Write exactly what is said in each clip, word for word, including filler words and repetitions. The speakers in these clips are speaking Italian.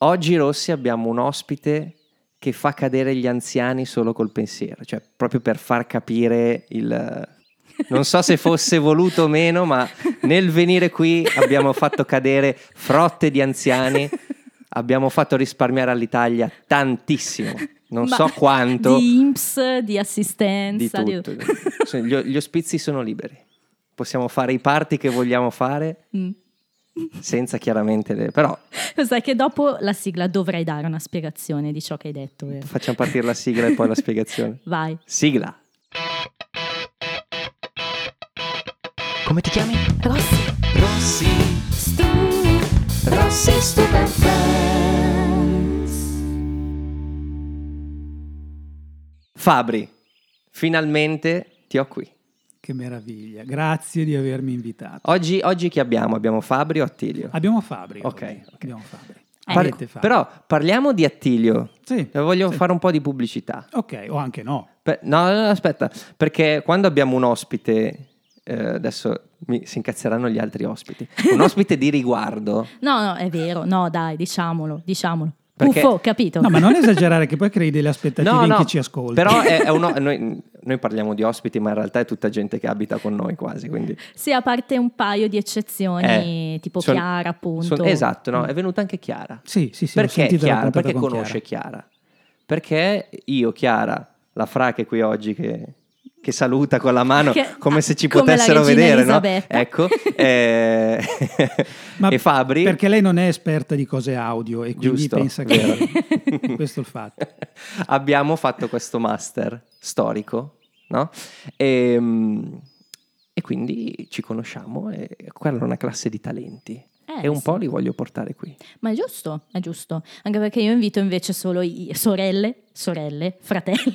Oggi Rossi abbiamo un ospite che fa cadere gli anziani solo col pensiero, cioè proprio per far capire il... Non so se fosse voluto o meno, ma nel venire qui abbiamo fatto cadere frotte di anziani, abbiamo fatto risparmiare all'Italia tantissimo, non ma so quanto. Di I N P S, di assistenza. Di tutto. Di... Cioè, gli, gli ospizi sono liberi, possiamo fare i party che vogliamo fare, mm. senza chiaramente... Le... Però... Sai che dopo la sigla dovrai dare una spiegazione di ciò che hai detto. Vero? Facciamo partire la sigla e poi la spiegazione. Vai. Sigla. Come ti chiami? Rossi. Rossi. Stu. Rossi Stupid Friends. Fabri, finalmente ti ho qui. Che meraviglia, grazie di avermi invitato. Oggi, oggi chi abbiamo? Abbiamo Fabri o Attilio? Abbiamo Fabri. Ok, okay. Abbiamo Fabri. Par- Fabri. Però parliamo di Attilio. Sì. Voglio sì. fare un po' di pubblicità. Ok, o anche no. Per- no, no, aspetta, perché quando abbiamo un ospite... Eh, adesso mi, si incazzeranno gli altri ospiti. Un ospite di riguardo. No, no, è vero. No, dai, diciamolo, diciamolo. Perché... Uffo, capito? No, ma non esagerare che poi crei delle aspettative no, in no, chi ci ascolta. Però è, è uno, noi, noi parliamo di ospiti, ma in realtà è tutta gente che abita con noi quasi. Quindi. Sì, a parte un paio di eccezioni, eh, tipo son, Chiara, appunto. Son, esatto, no, è venuta anche Chiara. Sì, sì, sì. Perché Chiara? Perché con conosce Chiara. Chiara? Perché io, Chiara, la Fra che è qui oggi, che... che saluta con la mano che, come se ci come potessero vedere, Elisabetta. No? Ecco, eh, Ma e Fabri perché lei non è esperta di cose audio e quindi giusto, pensa che questo è il fatto. Abbiamo fatto questo master storico, no? E, e quindi ci conosciamo e quella è una classe di talenti. Eh, e un sì. po' li voglio portare qui. Ma è giusto, è giusto. Anche perché io invito invece solo i sorelle, sorelle, fratelli.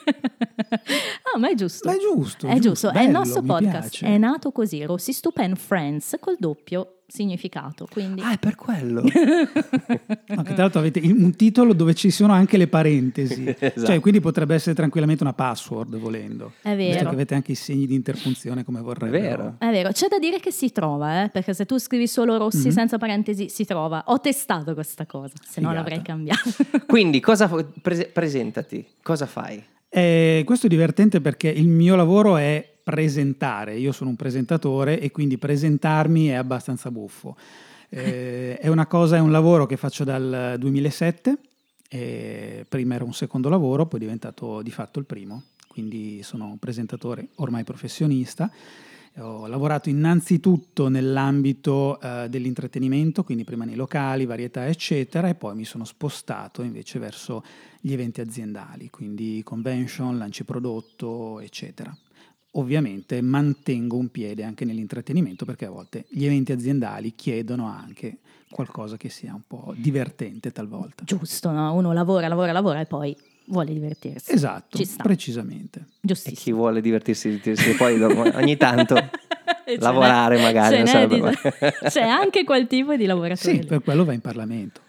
Ah, ma è giusto. Ma è giusto. È giusto. giusto. È il Bello, nostro mi podcast. piace. È nato così, Rossi Stupid Friends, col doppio significato. Quindi... Ah, è per quello. No, che tra l'altro avete un titolo dove ci sono anche le parentesi. Esatto. Cioè, quindi potrebbe essere tranquillamente una password, volendo. È vero. Visto che avete anche i segni di interpunzione come vorrebbero. È vero. È vero, c'è da dire che si trova, eh? Perché se tu scrivi solo Rossi mm-hmm. senza parentesi si trova. Ho testato questa cosa, se no l'avrei cambiato. Quindi cosa pre- presentati, cosa fai? Eh, questo è divertente perché il mio lavoro è presentare. Io sono un presentatore e quindi presentarmi è abbastanza buffo. Eh, è una cosa, è un lavoro che faccio dal duemilasette. E prima era un secondo lavoro, poi è diventato di fatto il primo. Quindi sono un presentatore ormai professionista. Ho lavorato innanzitutto nell'ambito uh, dell'intrattenimento, quindi prima nei locali, varietà eccetera, e poi mi sono spostato invece verso gli eventi aziendali, quindi convention, lanci prodotto eccetera. Ovviamente mantengo un piede anche nell'intrattenimento perché a volte gli eventi aziendali chiedono anche qualcosa che sia un po' divertente talvolta. Giusto, no? Uno lavora, lavora, lavora e poi vuole divertirsi. Esatto, ci sta. Precisamente. Giustissimo. E chi vuole divertirsi, divertirsi poi ogni tanto lavorare n'è, magari. Non c'è, di, c'è anche quel tipo di lavoratore. Sì, lì. per quello va in Parlamento.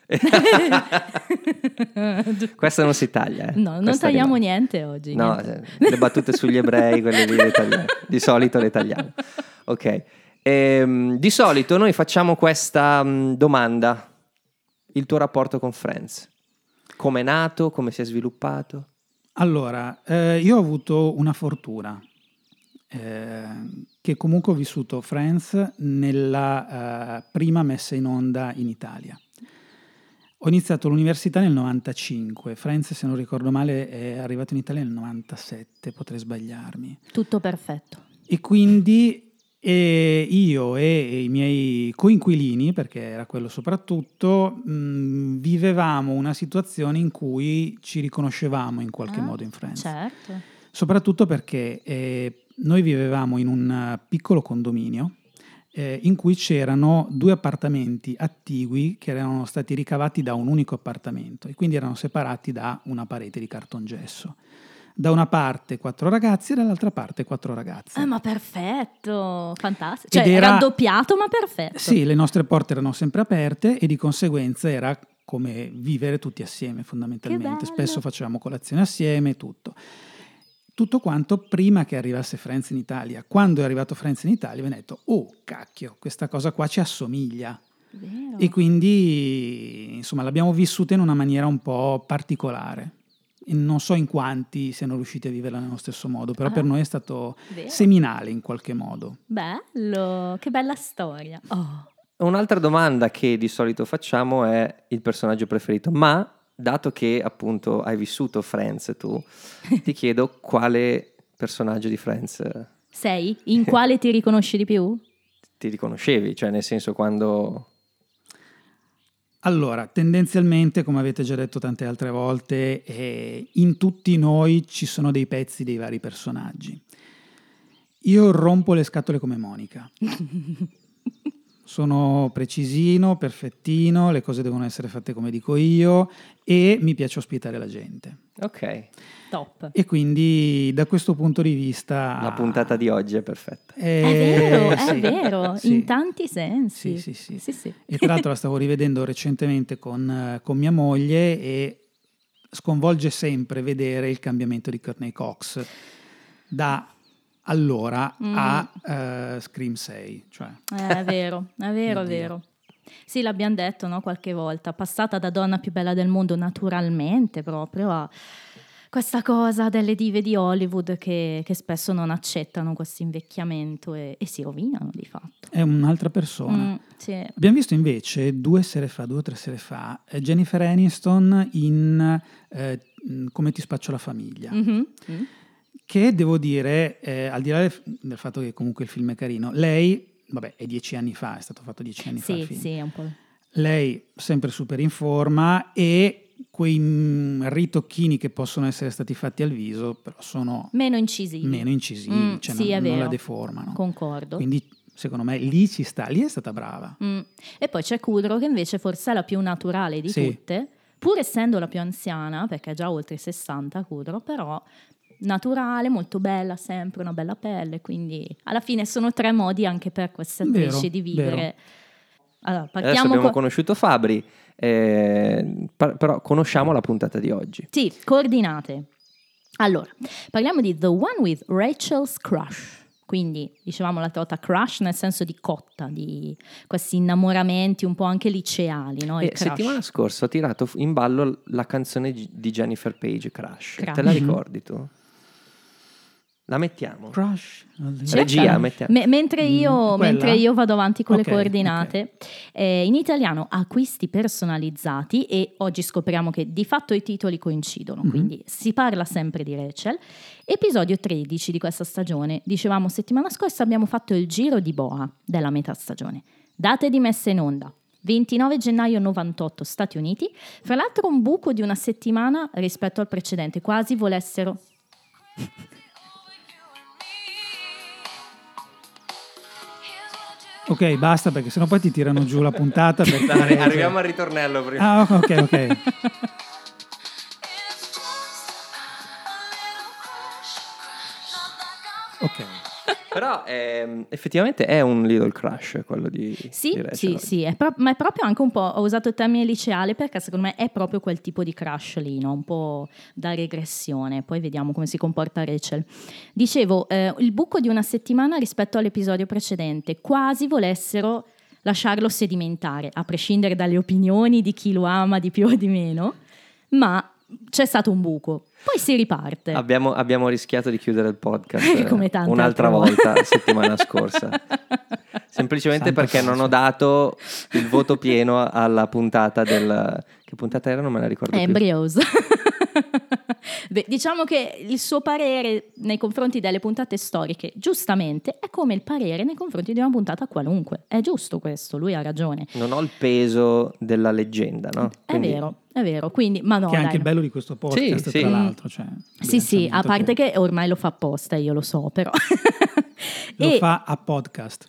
Questa non si taglia. Eh. No, non Questa tagliamo rimane. niente oggi. No, niente. Le battute sugli ebrei, quelle lì le tagliamo. Di solito le tagliamo. Ok. Ehm, di solito noi facciamo questa mh, domanda. Il tuo rapporto con Friends? Come è nato? Come si è sviluppato? Allora, eh, io ho avuto una fortuna, eh, che comunque ho vissuto Friends nella eh, prima messa in onda in Italia. Ho iniziato l'università nel novantacinque, Friends, se non ricordo male, è arrivato in Italia nel novantasette, potrei sbagliarmi. Tutto perfetto. E quindi e io e i miei coinquilini, perché era quello soprattutto, mh, vivevamo una situazione in cui ci riconoscevamo in qualche ah, modo in Friends. Certo. Soprattutto perché eh, noi vivevamo in un piccolo condominio eh, in cui c'erano due appartamenti attigui che erano stati ricavati da un unico appartamento e quindi erano separati da una parete di cartongesso. Da una parte quattro ragazzi e dall'altra parte quattro ragazze. Ah, ma perfetto, fantastico. Cioè, era raddoppiato, ma perfetto. Sì, le nostre porte erano sempre aperte e di conseguenza era come vivere tutti assieme fondamentalmente. Spesso facevamo colazione assieme, tutto. Tutto quanto prima che arrivasse Friends in Italia. Quando è arrivato Friends in Italia mi ha detto, oh cacchio, questa cosa qua ci assomiglia. Vero. E quindi insomma l'abbiamo vissuta in una maniera un po' particolare. E non so in quanti siano riusciti a viverla nello stesso modo, però Ah, per noi è stato vero? seminale in qualche modo. Bello, che bella storia. Oh. Un'altra domanda che di solito facciamo è il personaggio preferito, ma dato che appunto hai vissuto Friends tu, ti chiedo quale personaggio di Friends Sei? In quale ti riconosci di più? ti riconoscevi, cioè nel senso quando... Allora, tendenzialmente, come avete già detto tante altre volte, eh, in tutti noi ci sono dei pezzi dei vari personaggi. Io rompo le scatole come Monica. Sono precisino, perfettino, le cose devono essere fatte come dico io e mi piace ospitare la gente. Ok, Top. E quindi da questo punto di vista... la puntata di oggi è perfetta. Eh, È vero, è sì, vero, sì. in tanti sensi. Sì, sì, sì. Sì, sì. E tra l'altro la stavo rivedendo recentemente con, eh, con mia moglie e sconvolge sempre vedere il cambiamento di Courtney Cox da allora Mm. a eh, Scream sei. Cioè, Eh, è vero, è vero, è Mio Dio. vero. Sì, l'abbiamo detto, no, qualche volta, passata da donna più bella del mondo naturalmente proprio a questa cosa delle dive di Hollywood che, che spesso non accettano questo invecchiamento e, e si rovinano di fatto. è un'altra persona. Mm, sì. Abbiamo visto invece due sere fa, due o tre sere fa, eh, Jennifer Aniston in eh, Come ti spaccio la famiglia. Mhm. Mm. Che devo dire, eh, al di là del, del fatto che comunque il film è carino, lei, vabbè, è dieci anni fa, è stato fatto dieci anni fa il Sì, film. sì, è un po'. Lei sempre super in forma e quei mm, ritocchini che possono essere stati fatti al viso, però sono Meno incisivi. meno incisivi, Mm, cioè sì, non, è non la vero. deformano. Concordo. Quindi secondo me lì ci sta, lì è stata brava. Mm. E poi c'è Kudrow che invece forse è la più naturale di Sì. tutte, pur essendo la più anziana, perché è già oltre i sessanta Kudrow, però naturale, molto bella, sempre una bella pelle, quindi alla fine sono tre modi anche per queste attrici Vero, di vivere. vero. Allora, Adesso partiamo abbiamo co- conosciuto Fabri, eh, par- però conosciamo la puntata di oggi. Sì, coordinate. Allora, parliamo di The One with Rachel's Crush. Quindi, dicevamo la volta crush nel senso di cotta, di questi innamoramenti un po' anche liceali, no? Il E crush. settimana scorsa ho tirato in ballo la canzone gi- di Jennifer Page, Crush. Crush. Te la Mhm. ricordi tu? La mettiamo? Crush. Certo. Regia, mettiamo. Me- mentre, io, Mm, quella? mentre io vado avanti con Ok, le coordinate, eh, in italiano acquisti personalizzati e oggi scopriamo che di fatto i titoli coincidono, Mhm. quindi si parla sempre di Rachel. Episodio tredici di questa stagione, dicevamo settimana scorsa abbiamo fatto il giro di boa della metà stagione. Date di messa in onda. ventinove gennaio novantotto Stati Uniti, fra l'altro un buco di una settimana rispetto al precedente, quasi volessero... Ok, basta perché sennò poi ti tirano giù la puntata. perché- Dai, arriviamo al ritornello prima. Ah, ok, ok. Ok. Però ehm, effettivamente è un little crush quello di, Sì, di Rachel sì, oggi. sì, è pro- ma è proprio anche un po', ho usato il termine liceale perché secondo me è proprio quel tipo di crush lì, no? Un po' da regressione, poi vediamo come si comporta Rachel. Dicevo, eh, il buco di una settimana rispetto all'episodio precedente, quasi volessero lasciarlo sedimentare, a prescindere dalle opinioni di chi lo ama di più o di meno, ma c'è stato un buco, poi si riparte. Abbiamo, abbiamo rischiato di chiudere il podcast eh, Come tante un'altra altre volte. volta settimana scorsa. Semplicemente Santa perché non pace. ho dato il voto pieno alla puntata del... Che puntata era? Non me la ricordo più. Embryos. Beh, diciamo che il suo parere nei confronti delle puntate storiche, giustamente, è come il parere nei confronti di una puntata qualunque. È giusto questo, lui ha ragione. Non ho il peso della leggenda, no? Quindi- È vero, è vero. Quindi, ma no, Che è dai, anche il no. bello di questo podcast, Sì, sì. tra l'altro. Cioè, Sì, sì, a bilanciamento parte che ormai lo fa apposta, io lo so, però. lo e, fa a podcast.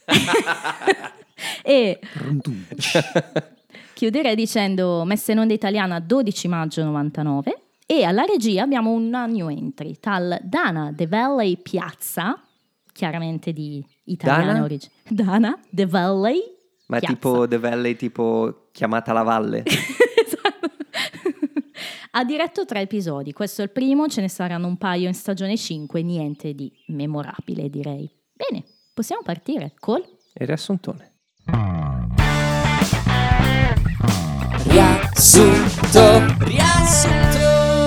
e Rum-tum. chiuderei dicendo messa in onda italiana dodici maggio novantanove e alla regia abbiamo una new entry tal Dana De Valley Piazza, chiaramente di italiane Dana? origini. Dana De Valley Ma è Piazza. tipo The Valley, tipo chiamata la valle. Esatto. Ha diretto tre episodi, questo è il primo, ce ne saranno un paio in stagione cinque, niente di memorabile direi. Bene, possiamo partire col Il riassuntone. Ria Riassunto, riassunto.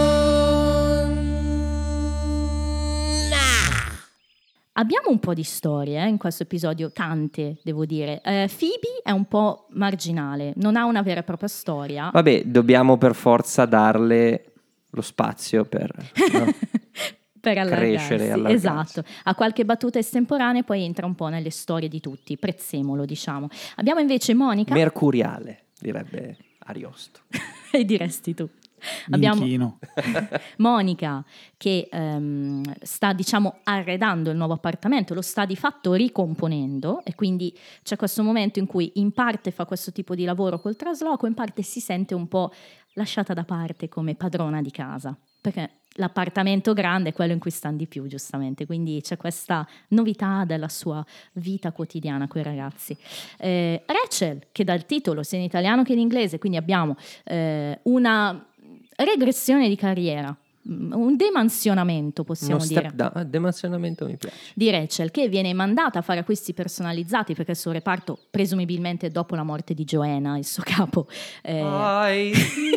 Abbiamo un po' di storie eh, in questo episodio, tante devo dire. Eh, Phoebe è un po' marginale, non ha una vera e propria storia. Vabbè, dobbiamo per forza darle lo spazio per no? per allargarsi. Crescere, allargarsi. Esatto, ha qualche battuta estemporanea e poi entra un po' nelle storie di tutti, prezzemolo diciamo. Abbiamo invece Monica. Mercuriale, direbbe Ariosto. E diresti tu. Abbiamo Minchino. Monica che ehm, sta diciamo arredando il nuovo appartamento, lo sta di fatto ricomponendo e quindi c'è questo momento in cui in parte fa questo tipo di lavoro col trasloco, in parte si sente un po' lasciata da parte come padrona di casa, perché l'appartamento grande è quello in cui stanno di più giustamente, quindi c'è questa novità della sua vita quotidiana con i ragazzi. eh, Rachel, che dal titolo sia in italiano che in inglese, quindi abbiamo eh, una regressione di carriera, un demansionamento possiamo Uno dire step down, ah, demansionamento mi piace. di Rachel, che viene mandata a fare acquisti personalizzati perché il suo reparto, presumibilmente dopo la morte di Joanna, il suo capo, eh, I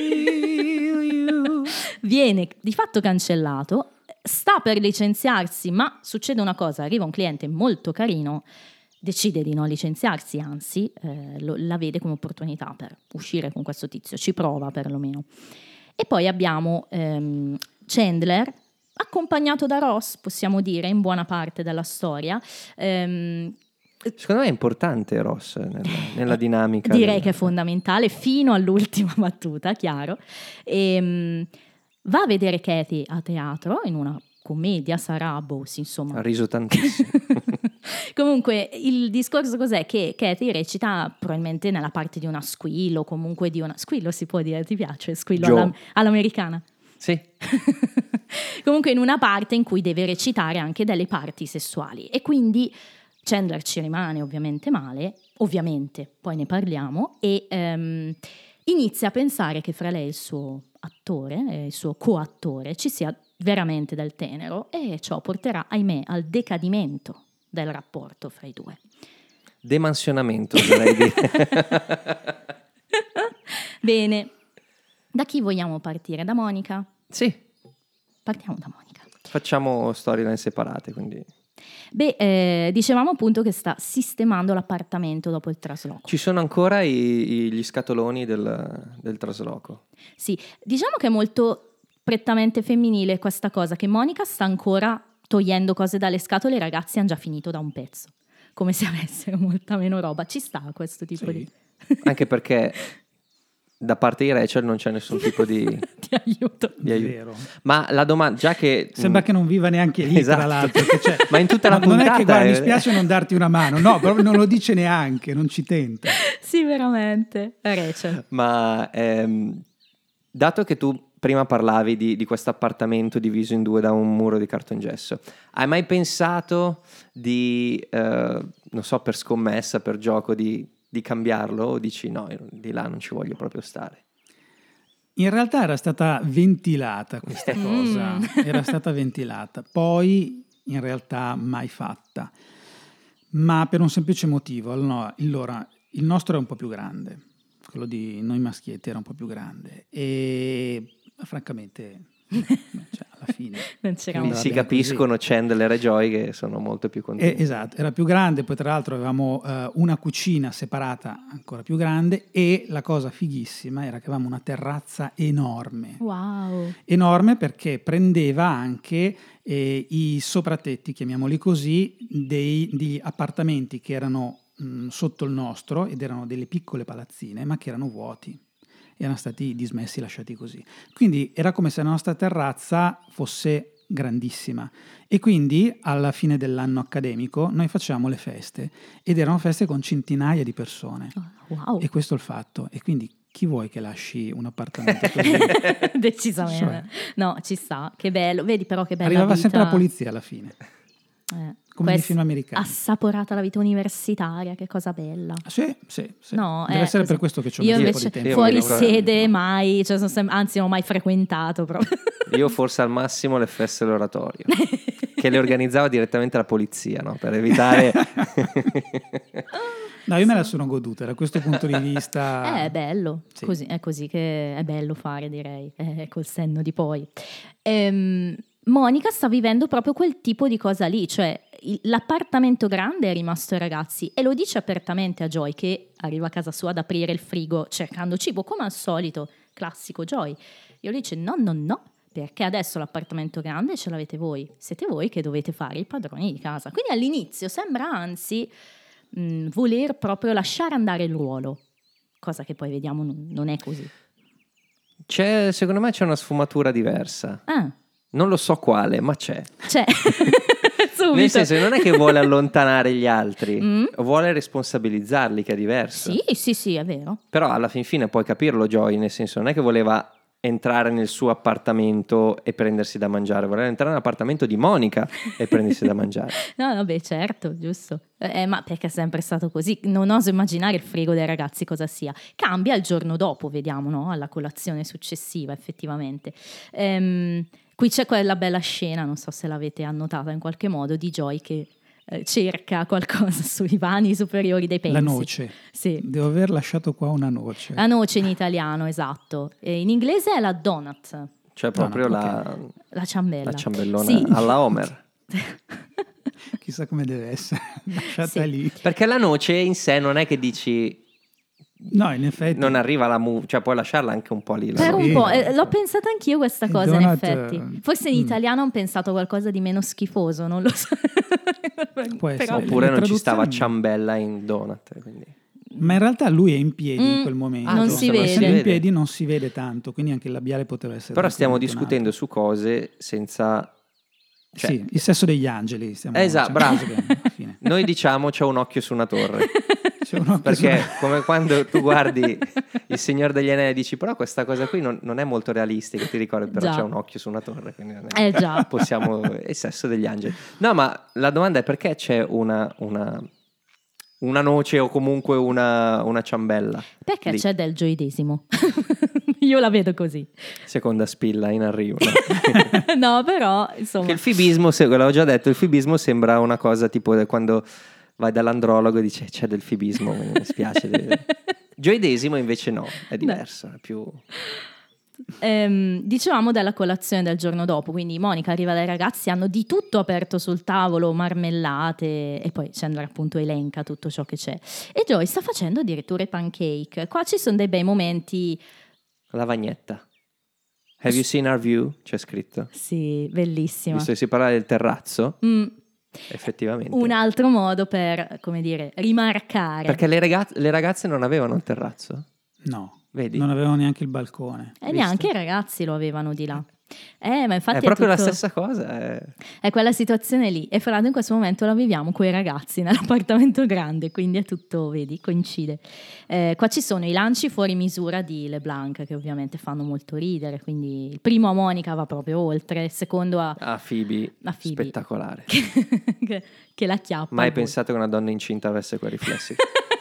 feel you. viene di fatto cancellato, sta per licenziarsi, ma succede una cosa, arriva un cliente molto carino, decide di non licenziarsi, anzi eh, lo, la vede come opportunità per uscire con questo tizio, ci prova perlomeno. E poi abbiamo ehm, Chandler, accompagnato da Ross, possiamo dire, in buona parte della storia. Ehm, Secondo me è importante Ross nella, nella dinamica. direi del... che è fondamentale fino all'ultima battuta, chiaro. E, va a vedere Katie a teatro in una commedia, sarà boh, sì, insomma. Ha riso tantissimo. Comunque il discorso cos'è? Che Katie recita probabilmente nella parte di una squillo, comunque di una... Squillo si può dire, ti piace? Squillo alla... all'americana? Sì. Comunque in una parte in cui deve recitare anche delle parti sessuali e quindi Chandler ci rimane ovviamente male, ovviamente, poi ne parliamo, e um, inizia a pensare che fra lei e il suo attore, eh, il suo coattore, ci sia veramente del tenero e ciò porterà, ahimè, al decadimento del rapporto fra i due. Demansionamento, vorrei dire. Bene, da chi vogliamo partire? Da Monica? Sì. Partiamo da Monica. Facciamo storyline separate, quindi... Beh, eh, dicevamo appunto che sta sistemando l'appartamento dopo il trasloco. Ci sono ancora i, i, gli scatoloni del, del trasloco. Sì, diciamo che è molto prettamente femminile questa cosa, che Monica sta ancora togliendo cose dalle scatole, i ragazzi hanno già finito da un pezzo, come se avessero molta meno roba. Ci sta questo tipo sì. di... Anche perché da parte di Rachel non c'è nessun tipo di, di aiuto. di aiuto. Vero. Ma la domanda, già che... Sembra che non viva neanche lì, Esatto. tra l'altro. Che c'è. Ma in tutta la non puntata... Non è che, guarda, è... mi spiace non darti una mano. No, proprio non lo dice neanche, non ci tenta. Sì, veramente. Rachel. Ma ehm, dato che tu prima parlavi di, di questo appartamento diviso in due da un muro di cartongesso, hai mai pensato di, eh, non so, per scommessa, per gioco, di, di cambiarlo? O dici no, di là non ci voglio proprio stare? In realtà era stata ventilata questa cosa, Mm. era stata ventilata, poi in realtà mai fatta, ma per un semplice motivo. Allora, allora il nostro è un po' più grande, quello di noi maschietti era un po' più grande e francamente cioè, alla fine Non c'era Quindi un... si capiscono così. Chandler e Joy che sono molto più contenti. Eh, esatto, era più grande, poi tra l'altro avevamo eh, una cucina separata ancora più grande e la cosa fighissima era che avevamo una terrazza enorme. Wow. Enorme perché prendeva anche eh, i sopratetti, chiamiamoli così, dei, degli appartamenti che erano mh, sotto il nostro ed erano delle piccole palazzine ma che erano vuoti. Erano stati dismessi, lasciati così. Quindi era come se la nostra terrazza fosse grandissima e quindi alla fine dell'anno accademico noi facevamo le feste ed erano feste con centinaia di persone. Oh, wow. E questo è il fatto. E quindi chi vuoi che lasci un appartamento così? Decisamente. No, ci sta. Che bello. Vedi però che bella Arrivava vita. sempre la polizia alla fine. Eh, Come nei quest- film americani. Assaporata la vita universitaria, che cosa bella. Sì, sì, sì. No, Deve eh, essere così. per questo che ci ho Io messo un po' invece di tempo. Io fuori mi ricordo- sede mai, cioè sono sem- anzi non ho mai frequentato proprio. Io forse al massimo le feste all'oratorio, che le organizzava direttamente la polizia, no? Per evitare... No, io me la sono goduta da questo punto di vista. Eh, è bello, Sì. così, è così che è bello fare, direi, eh, col senno di poi. Ehm, Monica sta vivendo proprio quel tipo di cosa lì, cioè il- l'appartamento grande è rimasto ai ragazzi e lo dice apertamente a Joy, che arriva a casa sua ad aprire il frigo cercando cibo, come al solito, classico Joy. Io le dice no, no, no, perché adesso l'appartamento grande ce l'avete voi, siete voi che dovete fare i padroni di casa. Quindi all'inizio sembra anzi mh, voler proprio lasciare andare il ruolo, cosa che poi vediamo non, non è così. C'è, secondo me c'è una sfumatura diversa. Ah, Non lo so quale, ma c'è. c'è. Subito. Nel senso, non è che vuole allontanare gli altri, Mm. vuole responsabilizzarli, che è diverso. Sì, sì, sì, è vero. Però alla fin fine puoi capirlo, Joy, nel senso, non è che voleva entrare nel suo appartamento e prendersi da mangiare, voleva entrare nell'appartamento di Monica e prendersi da mangiare. No, no, beh, certo, giusto. Eh, ma perché è sempre stato così. Non oso immaginare il frigo dei ragazzi cosa sia. Cambia il giorno dopo, vediamo, no? Alla colazione successiva, effettivamente. Ehm, qui c'è quella bella scena, non so se l'avete annotata in qualche modo, di Joy che eh, cerca qualcosa sui vani superiori dei pensi. La noce. Sì. Devo aver lasciato qua una noce. La noce in italiano, esatto. E in inglese è la donut, Cioè proprio No, no, la, la ciambella. la ciambellona Sì. alla Homer. Chissà come deve essere. Lasciata Sì. lì. Perché la noce in sé non è che dici No, in effetti. non arriva la mu, cioè puoi lasciarla anche un po' lì. La Per noce. un Sì. po', eh, l'ho pensata anch'io questa Il cosa, in donut, effetti. eh, Forse in mm. italiano ho pensato qualcosa di meno schifoso, non lo so. Può essere. Però- Oppure le non ci stava traduzioni- ciambella in donut. Quindi. Ma in realtà lui è in piedi Mm, in quel momento. Ah, non si Essendo vede. in piedi non si vede tanto, quindi anche il labiale poteva essere. Però stiamo tranquillamente un discutendo su cose senza... altro. cioè- Sì, il sesso degli angeli. Stiamo, Esatto, cioè, bravo. cose che alla fine. Noi diciamo c'è un occhio su una torre. C'è uno che Perché sono- come quando tu guardi Il Signore degli Anelli e dici però questa cosa qui non, non è molto realistica, ti ricordi, però Già. c'è un occhio su una torre, quindi non è- Eh già. possiamo... è il sesso degli angeli. No, ma la domanda è perché c'è una, una, una noce o comunque una, una ciambella? Perché lì? c'è del gioidesimo. Io la vedo così. Seconda spilla in arrivo. No? No, però, insomma... Che il fibismo, se, l'avevo già detto, il fibismo sembra una cosa tipo quando vai dall'andrologo e dice c'è del fibismo, mi spiace. Gioidesimo invece no, è diverso, è più... Ehm, dicevamo della colazione del giorno dopo, quindi Monica arriva dai ragazzi, hanno di tutto aperto sul tavolo, marmellate, e poi Chandler appunto elenca tutto ciò che c'è. E Joy sta facendo addirittura i pancake. Qua ci sono dei bei momenti, Lavagnetta. Have you seen our view? C'è scritto. sì, bellissima. Visto che si parla del terrazzo, Mm, effettivamente. un altro modo per, come dire, rimarcare. Perché le, ragaz- le ragazze non avevano un terrazzo? No, Vedi? non avevano neanche il balcone. E neanche i ragazzi lo avevano di là. Eh, ma infatti è proprio tutto- la stessa cosa. È... È quella situazione lì. E fra l'altro in questo momento la viviamo con i ragazzi nell'appartamento grande, quindi è tutto, vedi, coincide. Eh, qua ci sono i lanci fuori misura di LeBlanc, che ovviamente fanno molto ridere. Quindi il primo a Monica va proprio oltre, il secondo a, Ah, Phoebe, a Phoebe. spettacolare. che, che la chiappa. Mai al volo. pensato che una donna incinta avesse quei riflessi?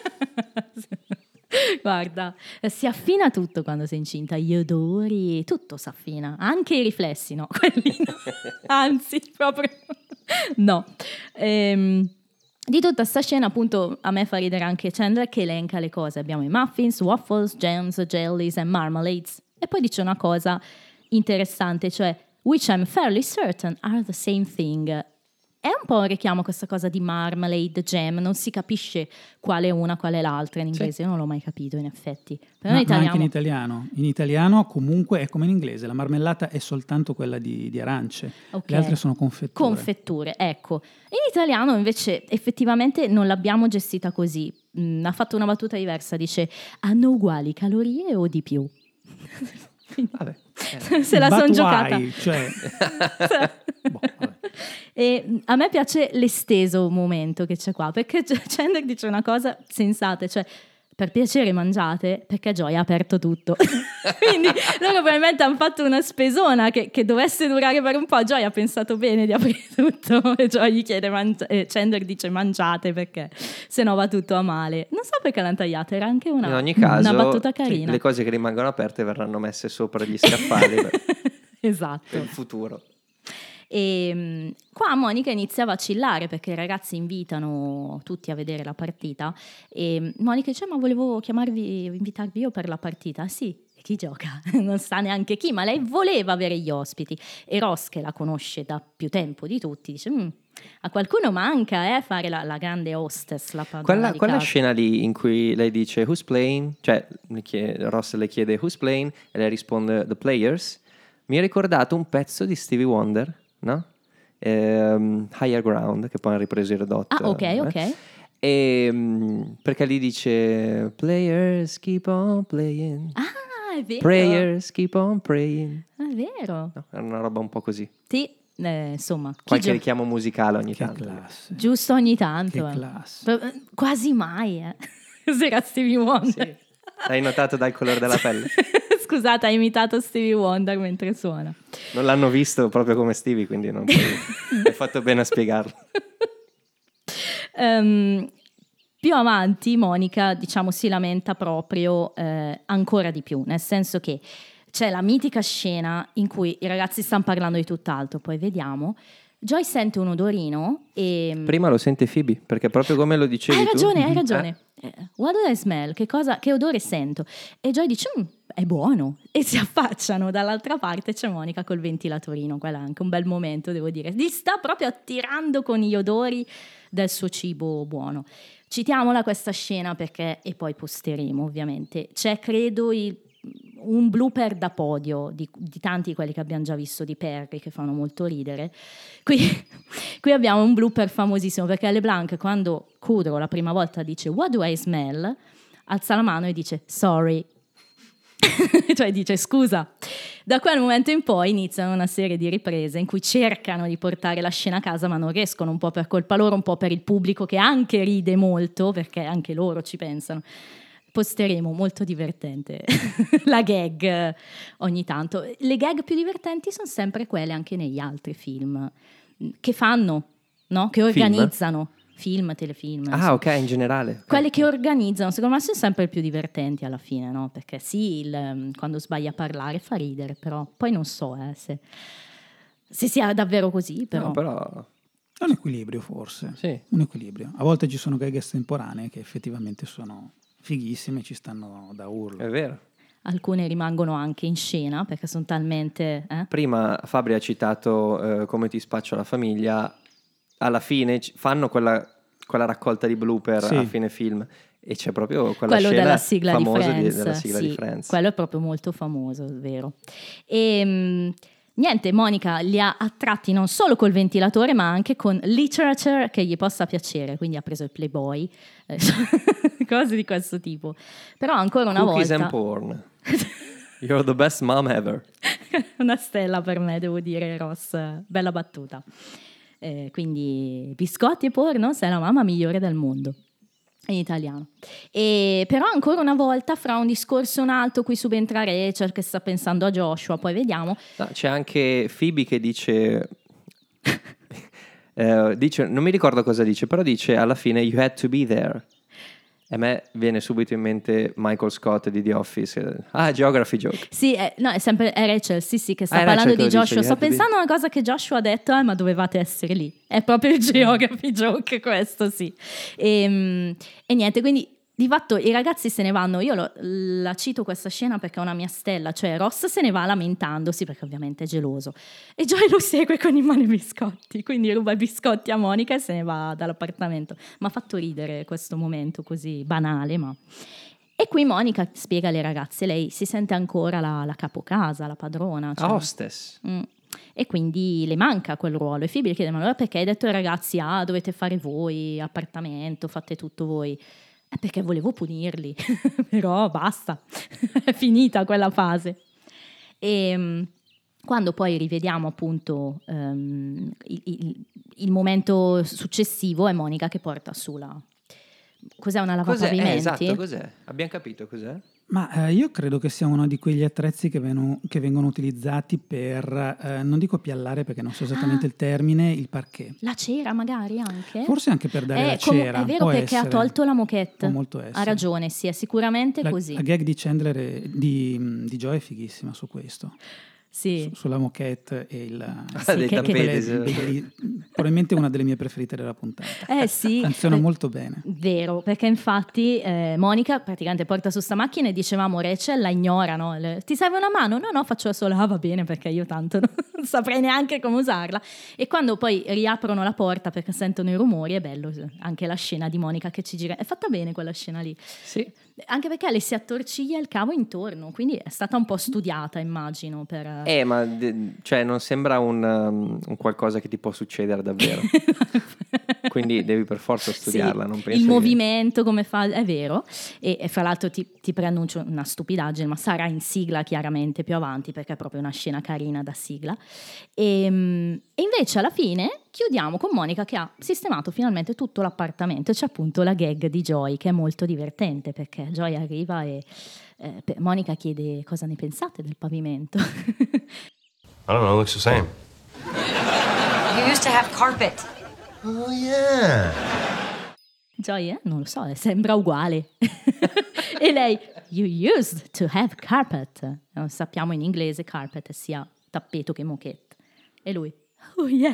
Guarda, eh, si affina tutto quando sei incinta, gli odori, tutto si affina, anche i riflessi, no? Quelli no. Anzi, proprio no. Ehm, di tutta sta scena, appunto, a me fa ridere anche Chandler che elenca le cose. Abbiamo i muffins, waffles, jams, jellies e marmalades. E poi dice una cosa interessante, cioè which I'm fairly certain are the same thing. È un po' un richiamo a questa cosa di marmalade, jam, non si capisce quale è una, quale è l'altra in inglese, io non l'ho mai capito in effetti. Però Ma, in ma anche italiano... in italiano. In italiano comunque è come in inglese, la marmellata è soltanto quella di, di arance, Ok. le altre sono confetture. Confetture, ecco. In italiano invece effettivamente non l'abbiamo gestita così. Mm, ha fatto una battuta diversa, dice hanno uguali calorie o di più? Vabbè. eh. Se la But sono why? giocata. Cioè, boh, vabbè. E mh, a me piace l'esteso momento che c'è qua, perché Chandler dice una cosa sensata, cioè per piacere mangiate, perché Joy ha aperto tutto. Quindi loro probabilmente hanno fatto una spesona che, che dovesse durare per un po'. Joy ha pensato bene di aprire tutto e Joy gli chiede, mangi- eh, Chandler dice mangiate perché se no va tutto a male. Non so perché l'hanno tagliata, era anche una, In ogni caso, una battuta sì, carina. le cose che rimangono aperte verranno messe sopra gli scaffali per, Esatto. per il futuro. E mh, qua Monica inizia a vacillare perché i ragazzi invitano tutti a vedere la partita e Monica dice: ma volevo chiamarvi, invitarvi io per la partita. Sì, e chi gioca? Non sa neanche chi, ma lei voleva avere gli ospiti e Ross, che la conosce da più tempo di tutti, dice: mm, a qualcuno manca eh, fare la, la grande hostess, la padrona Quella, di quella casa. scena lì in cui lei dice who's playing, cioè le chiede- Ross le chiede who's playing e lei risponde the players, mi ha ricordato un pezzo di Stevie Wonder, no? Ehm, Higher Ground, che poi hanno ripreso il Red Hot. Ah, ok, eh. ok. E, mm, perché lì dice players keep on playing, Ah, è vero. prayers keep on praying. È vero. No, era una roba un po' così. Sì, eh, insomma. chi Qualche gio- richiamo musicale ogni Che tanto. classe. Giusto ogni tanto. Che eh. classe. Però, eh, Quasi mai, eh. Cos'era Stevie Wonder? Sì. L'hai notato dal colore della pelle? Scusate, ha imitato Stevie Wonder mentre suona. Non l'hanno visto proprio come Stevie, quindi non puoi... hai fatto bene a spiegarlo. Ehm, più avanti Monica, diciamo, si lamenta proprio eh, ancora di più, nel senso che c'è la mitica scena in cui i ragazzi stanno parlando di tutt'altro, poi vediamo. Joy sente un odorino e... Prima lo sente Phoebe, perché proprio come lo dicevi Hai tu... ragione, hai Mhm. ragione. Eh, What do I smell? Che, cosa, che odore sento? E Joy dice, "Mm, è buono." E si affacciano dall'altra parte, c'è Monica col ventilatorino, quello è anche un bel momento, devo dire. Li sta proprio attirando con gli odori del suo cibo buono. Citiamola questa scena perché, e poi posteremo ovviamente, c'è credo il, un blooper da podio di, di tanti quelli che abbiamo già visto di Perry che fanno molto ridere. Qui, qui abbiamo un blooper famosissimo perché LeBlanc quando Kudrow la prima volta dice "What do I smell?" alza la mano e dice "Sorry." Cioè dice scusa. Da quel momento in poi iniziano una serie di riprese in cui cercano di portare la scena a casa ma non riescono, un po' per colpa loro, un po' per il pubblico che anche ride molto perché anche loro ci pensano. Posteremo, molto divertente la gag ogni tanto. Le gag più divertenti sono sempre quelle anche negli altri film che fanno, no? Che organizzano film, telefilm. Ah, insomma. ok, in generale. Quelle Eh. che organizzano, secondo me, sono sempre i più divertenti alla fine, no? Perché sì, il, quando sbaglia a parlare fa ridere, però poi non so eh, se, se sia davvero così, però. No, però... È un equilibrio forse. Sì. Un equilibrio. A volte ci sono gag estemporanee che effettivamente sono fighissime e ci stanno da urlo. È vero. Alcune rimangono anche in scena perché sono talmente... Eh? Prima Fabri ha citato eh, Come ti spaccio la famiglia. Alla fine c- fanno quella, quella raccolta di blooper Sì. a fine film e c'è proprio quella Quello scena della sigla di famosa Friends, della sigla sì, di Friends. quello è proprio molto famoso, è vero. E mh, niente, Monica li ha attratti non solo col ventilatore ma anche con literature che gli possa piacere, quindi ha preso il Playboy, eh, cose di questo tipo. Però ancora una Cookies volta... and porn. You're the best mom ever. Una stella per me, devo dire, Ross, bella battuta. Eh, quindi biscotti e porno, sei la mamma migliore del mondo. In italiano. E però ancora una volta fra un discorso e un altro qui subentra Rachel che sta pensando a Joshua, poi vediamo. No, c'è anche Phoebe che dice, eh, dice, non mi ricordo cosa dice, però dice alla fine you had to be there. E a me viene subito in mente Michael Scott di The Office. Ah, Geography Joke. Sì, è, no, è sempre è Rachel, sì sì, che sta Ah, è parlando Rachel di che lo Joshua. dice, Sto you had to be- pensando a una cosa che Joshua ha detto, eh, ma dovevate essere lì. È proprio il geography joke questo, sì. E, e niente, quindi di fatto i ragazzi se ne vanno. Io lo- la cito questa scena perché è una mia stella, cioè Ross se ne va lamentandosi perché ovviamente è geloso e Joy lo segue con in mano i biscotti, quindi ruba i biscotti a Monica e se ne va dall'appartamento. Mi ha fatto ridere questo momento così banale, ma... E qui Monica spiega alle ragazze, lei si sente ancora la, la capocasa, la padrona. Cioè, Ah, hostess. mm. E quindi le manca quel ruolo. E Phoebe le chiede, ma allora perché hai detto ai ragazzi, ah, dovete fare voi, appartamento, fate tutto voi? È perché volevo punirli, però basta, è finita quella fase. E um, quando poi rivediamo appunto um, il, il, il momento successivo è Monica che porta su la... Cos'è una lavapavimenti? Eh, esatto, cos'è? Abbiamo capito cos'è? Ma eh, io credo che sia uno di quegli attrezzi che, venu- che vengono utilizzati per, eh, non dico piallare perché non so esattamente Ah. il termine, il parquet. La cera magari anche? Forse anche per dare Eh, la com- cera. è vero può perché essere. ha tolto la moquette. Può molto essere. Ha ragione, sì, è sicuramente La, così. la gag di Chandler e di, di Joy è fighissima su questo. Sì. su- sulla moquette e il Ah, dei che- che- tappeti, quelle- sì. dei- probabilmente una delle mie preferite della puntata. Eh sì, Funziona eh, molto bene. vero, perché infatti eh, Monica praticamente porta su sta macchina e dicevamo Rachel la ignora, no? Le- ti serve una mano? No, no, faccio da sola, ah va bene perché io tanto non saprei neanche come usarla. E quando poi riaprono la porta perché sentono i rumori è bello anche la scena di Monica che ci gira, è fatta bene quella scena lì. Sì. Anche perché le si attorciglia il cavo intorno, quindi è stata un po' studiata immagino per... Eh, ma de- cioè, non sembra un, um, un qualcosa che ti può succedere davvero. Quindi devi per forza studiarla, Sì, non penso il che- movimento come fa, è vero, e, e fra l'altro ti, ti preannuncio una stupidaggine, ma sarà in sigla chiaramente più avanti perché è proprio una scena carina da sigla. E, mm, e invece alla fine chiudiamo con Monica che ha sistemato finalmente tutto l'appartamento e c'è appunto la gag di Joy che è molto divertente perché Joy arriva e eh, pe- Monica chiede cosa ne pensate del pavimento. I don't know, it looks the same. You used to have carpet. Oh, yeah. Joy, eh? Non lo so, eh, sembra uguale. E lei, you used to have carpet. Non sappiamo in inglese carpet sia tappeto che moquette. E lui, oh yeah.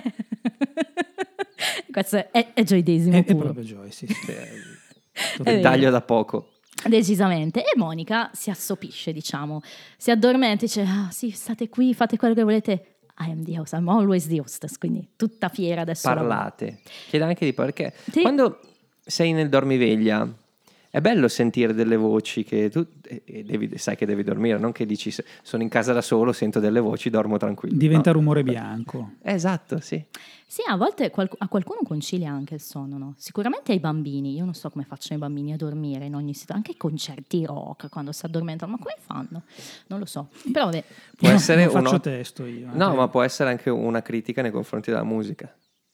Questo è, è gioidesimo È, è puro. proprio Joy, sì, sì. vero. Taglio da poco. Decisamente. E Monica si assopisce, diciamo. Si addormenta e dice, ah sì, state qui, fate quello che volete. I am the host, I'm always the hostess. Quindi tutta fiera adesso. lavoro. Parlate. Chiede anche di perché. Sì. Quando sei nel dormiveglia, è bello sentire delle voci che tu e- e devi, sai che devi dormire, non che dici "Se- sono in casa da solo, sento delle voci, dormo tranquillo". Diventa No. rumore bianco. Esatto, sì. Sì, a volte qualc- a qualcuno concilia anche il sonno, no? Sicuramente ai bambini, io non so come facciano i bambini a dormire in ogni situazione, anche i concerti rock quando si addormentano, ma come fanno? Non lo so, però vabbè. Può Io essere non faccio uno- testo io. No, anche- ma può essere anche una critica nei confronti della musica.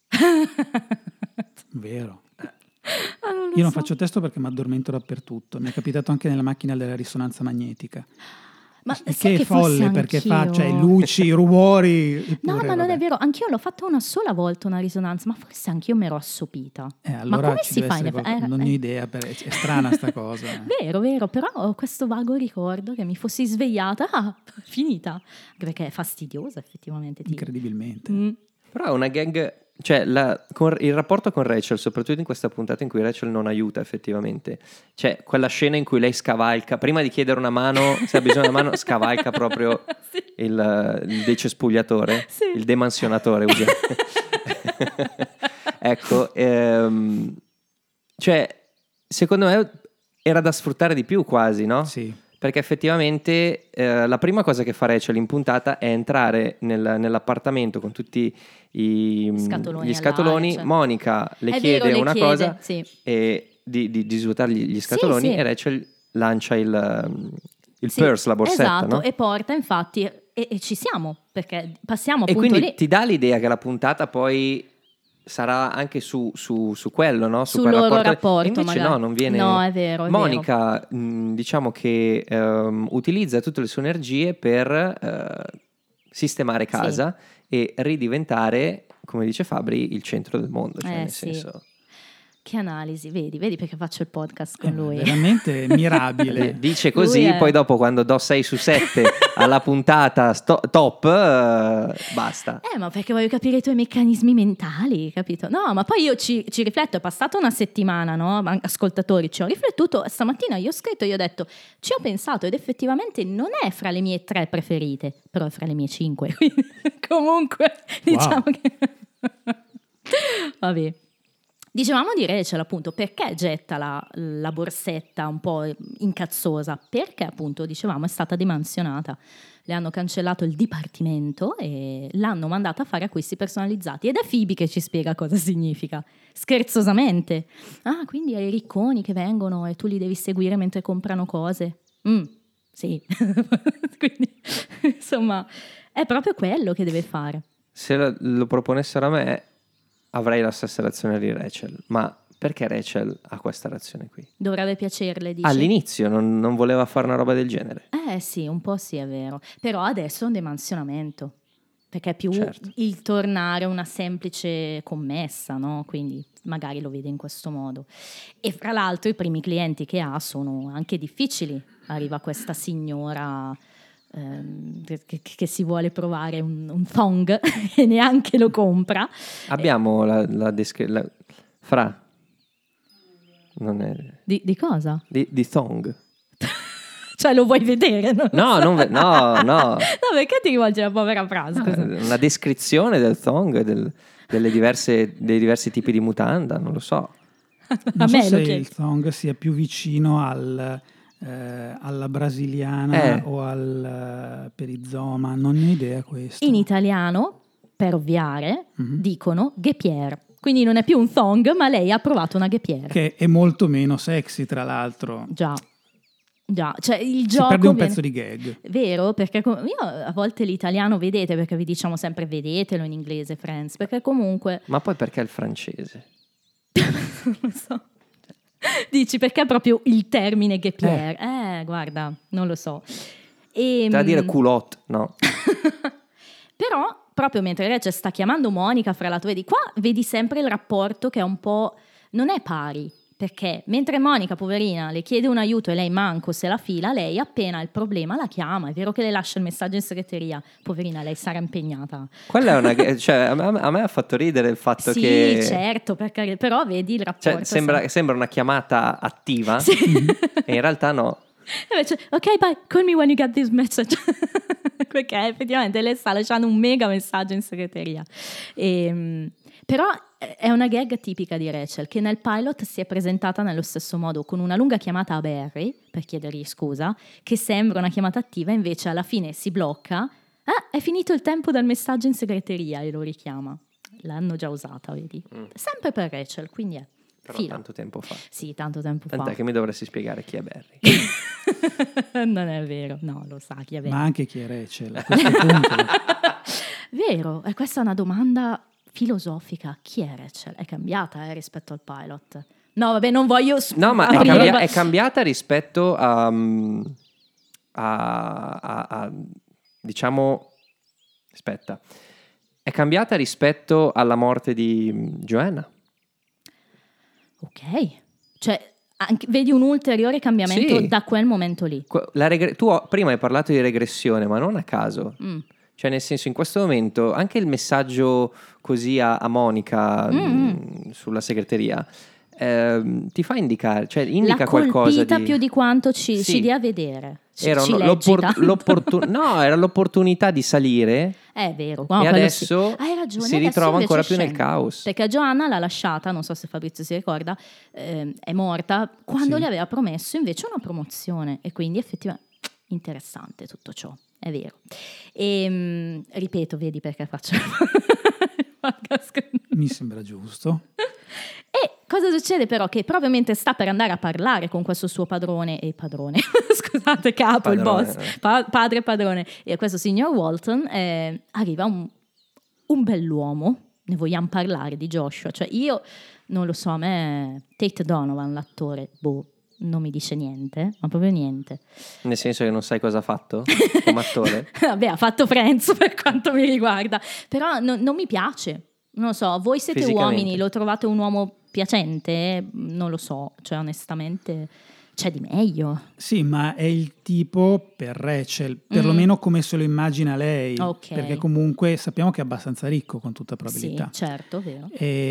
Vero. Ah, non lo Io non so. faccio testo perché mi addormento dappertutto. Mi è capitato anche nella macchina della risonanza magnetica. Ma Il sai che è forse folle perché fa anch'io- cioè, luci, rumori. No, eppure, ma non vabbè. è vero, anch'io l'ho fatta una sola volta una risonanza, ma forse anch'io mi ero assopita. Eh, ma allora come ci si deve fa? in essere effetti? qualcosa- Eh, non eh. ho idea, per- è è strana sta cosa. eh. Vero, vero, però ho questo vago ricordo che mi fossi svegliata, ah, finita, anche perché è fastidiosa effettivamente. Ti... Incredibilmente. Mm. Però è una gag, cioè la- con- il rapporto con Rachel, soprattutto in questa puntata in cui Rachel non aiuta effettivamente, cioè quella scena in cui lei scavalca, prima di chiedere una mano, se ha bisogno di una mano, scavalca proprio Sì. il, il decespugliatore, Sì. il demansionatore, usiamo. Ecco, ehm, cioè secondo me era da sfruttare di più quasi, no? Sì. Perché effettivamente eh, la prima cosa che fa Rachel in puntata è entrare nel- nell'appartamento con tutti i, Scatoloni gli scatoloni. all'aria, cioè. Monica le È chiede vero, le una chiede, cosa sì. e di, di, di svuotargli gli scatoloni sì. e Rachel lancia il, um, il Sì, purse, la borsetta, esatto, no? e porta infatti, e, e ci siamo, perché passiamo E appunto quindi lì. ti dà l'idea che la puntata poi sarà anche su, su, su quello, no? Su Sul quel loro rapporto. rapporto, E invece magari. no, non viene. No, è vero, è Monica, mh, diciamo che ehm, utilizza tutte le sue energie per eh, sistemare casa e ridiventare, come dice Fabri, il centro del mondo. Cioè, Eh, nel sì. senso. Che analisi, vedi, vedi perché faccio il podcast con Eh, lui. veramente mirabile. Dice così, Lui è- poi dopo quando do sei su sette alla puntata sto- top, eh, basta. Eh, ma perché voglio capire i tuoi meccanismi mentali, capito? No, ma poi io ci, ci rifletto, è passata una settimana, no? Ma ascoltatori, ci ho riflettuto, stamattina io ho scritto, io ho detto, ci ho pensato ed effettivamente non è fra le mie tre preferite, però è fra le mie cinque, quindi comunque diciamo che... Vabbè. Dicevamo di Rachel appunto, perché getta la, la borsetta un po' incazzosa? Perché appunto, dicevamo, è stata demansionata. Le hanno cancellato il dipartimento e l'hanno mandata a fare acquisti personalizzati. Ed è Phoebe che ci spiega cosa significa, scherzosamente. Ah, quindi hai i ricconi che vengono e tu li devi seguire mentre comprano cose. Mm, sì. Quindi, insomma, è proprio quello che deve fare. Se lo, lo proponessero a me avrei la stessa reazione di Rachel, ma perché Rachel ha questa reazione qui? Dovrebbe piacerle, dici? All'inizio non, non voleva fare una roba del genere. Eh sì, un po' sì, è vero. Però adesso è un demansionamento, perché è più Certo. il tornare una semplice commessa, no? Quindi magari lo vede in questo modo. E fra l'altro i primi clienti che ha sono anche difficili. Arriva questa signora ehm, che, che si vuole provare un, un thong e neanche lo compra. Abbiamo la, la descrizione. Fra. Non è... Di, di cosa? Di, di thong. Cioè lo vuoi vedere? Non lo No, so. non ve- no, no. No, perché ti rivolgi alla povera Fra? Scusa. Una descrizione del thong, del, delle diverse, dei diversi tipi di mutanda, non lo so. Non so me se lo il chiedo. thong sia più vicino al, eh, alla brasiliana Eh. o al eh, perizoma, non ne ho idea questo. In italiano, per ovviare, Mhm. dicono guépière. Quindi non è più un thong, ma lei ha provato una guépière. Che è molto meno sexy, tra l'altro. Già. Già, cioè il Si gioco perde un viene- pezzo di gag. Vero, perché com- io a volte l'italiano vedete, perché vi diciamo sempre vedetelo in inglese, Friends, perché comunque Ma poi perché il francese? non lo so. Dici perché proprio il termine guépière? Eh. guarda, non lo so. E, Da dire culotte, no? Però, proprio mentre Rachel sta chiamando Monica, fra l'altro, vedi, qua vedi sempre il rapporto che è un po'... non è pari, perché mentre Monica, poverina, le chiede un aiuto e lei manco se la fila, lei appena ha il problema la chiama. È vero che le lascia il messaggio in segreteria, poverina, lei sarà impegnata. Quella è una... cioè, a me, a me ha fatto ridere il fatto Sì, che... certo, per carità, però vedi il rapporto. Cioè, sembra, sai. sembra una chiamata attiva Sì. e in realtà no. Invece, ok, bye, call me when you get this message. Perché effettivamente lei sta lasciando un mega messaggio in segreteria. E, però è una gag tipica di Rachel, che nel pilot si è presentata nello stesso modo, con una lunga chiamata a Barry, per chiedergli scusa, che sembra una chiamata attiva, invece alla fine si blocca. Ah, è finito il tempo del messaggio in segreteria e lo richiama. L'hanno già usata, vedi? Mm. Sempre per Rachel, quindi è Però fila. tanto tempo fa. Sì, tanto tempo Tant'è fa. che mi dovresti spiegare chi è Barry. Non è vero, no, lo sa chi è vero. Ma anche chi è Rachel, a questo punto. Vero, e questa è una domanda filosofica. Chi è Rachel? È cambiata eh, rispetto al pilot? No, vabbè, non voglio... sp- No, ma è, aprire- cambia- è cambiata rispetto a, mm, a, a- a- diciamo, aspetta, è cambiata rispetto alla morte di mm, Joanna. Ok, cioè anche- vedi un ulteriore cambiamento Sì. da quel momento lì. Que- la regre- tu ho- prima hai parlato di regressione, ma non a caso. Mm. Cioè, nel senso, in questo momento anche il messaggio così a, a Monica Mm. mm, sulla segreteria ehm, ti fa indicare, cioè indica L'ha qualcosa colpita di... più di quanto ci, Sì. ci dia a vedere. Ci, Era ci un- leggi l'oppor- tanto. l'opportu- no, era l'opportunità di salire È vero. e no, quello adesso sì. Hai ragione, si adesso ritrova invece ancora più nel scende. caos. Perché Joanna l'ha lasciata, non so se Fabrizio si ricorda, ehm, è morta quando Sì. le aveva promesso invece una promozione e quindi effettivamente interessante tutto ciò, è vero. E mh, ripeto, vedi perché faccio il podcast. Mi sembra giusto. E cosa succede però? Che proprio mentre sta per andare a parlare con questo suo padrone e padrone, scusate, capo, il Padrone, boss, eh. pa- padre padrone, e questo signor Walton, eh, arriva un, un bell'uomo, ne vogliamo parlare di Joshua, cioè io non lo so, a me Tate Donovan, l'attore, boh, non mi dice niente, ma proprio niente. Nel senso che non sai cosa ha fatto come attore? Vabbè, ha fatto Friends per quanto mi riguarda, però no- non mi piace. Non lo so, voi siete Fisicamente. uomini, lo trovate un uomo piacente? Non lo so, cioè onestamente c'è di meglio. Sì, ma è il tipo per Rachel, perlomeno come se lo immagina lei, Mm. Ok. perché comunque sappiamo che è abbastanza ricco con tutta Sì, probabilità. certo, vero.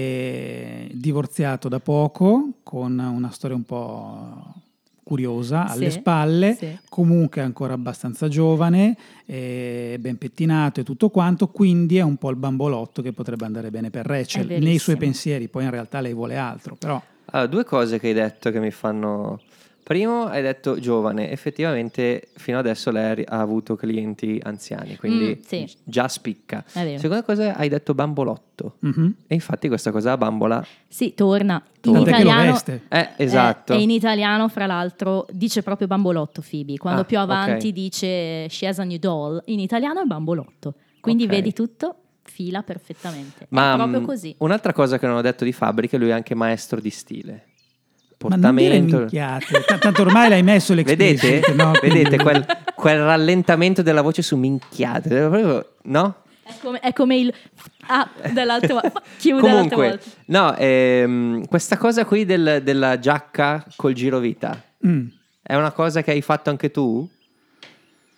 È divorziato da poco, con una storia un po' curiosa alle Sì, spalle, sì. comunque è ancora abbastanza giovane, è ben pettinato e tutto quanto, quindi è un po' il bambolotto che potrebbe andare bene per Rachel, nei verissimo. suoi pensieri, poi in realtà lei vuole altro, però... Allora, due cose che hai detto che mi fanno... Primo, hai detto giovane. Effettivamente fino adesso lei ha avuto clienti anziani, quindi Mm, sì. già spicca. È vero. Seconda cosa, hai detto bambolotto. Mhm. E infatti questa cosa a bambola... Sì, torna. In Tant'è che lo italiano, veste. Eh, esatto. Eh, e in italiano, fra l'altro, dice proprio bambolotto Phoebe. Quando Ah, più avanti ok. dice she has a new doll, in italiano è bambolotto. Quindi Ok. vedi tutto, fila perfettamente. Ma è proprio mh, così. un'altra cosa che non ho detto di Fabri è che lui è anche maestro di stile. Ma non dire Portamento... minchiate, T- tanto ormai l'hai messo l'explicit, Vedete? no? Vedete Quindi- quel, quel rallentamento della voce su minchiate? Proprio- No? È come, è come il ah, dell'altra volta. Chiude l'altra Comunque, volta. no, ehm, questa cosa qui del- della giacca col girovita Mm. è una cosa che hai fatto anche tu?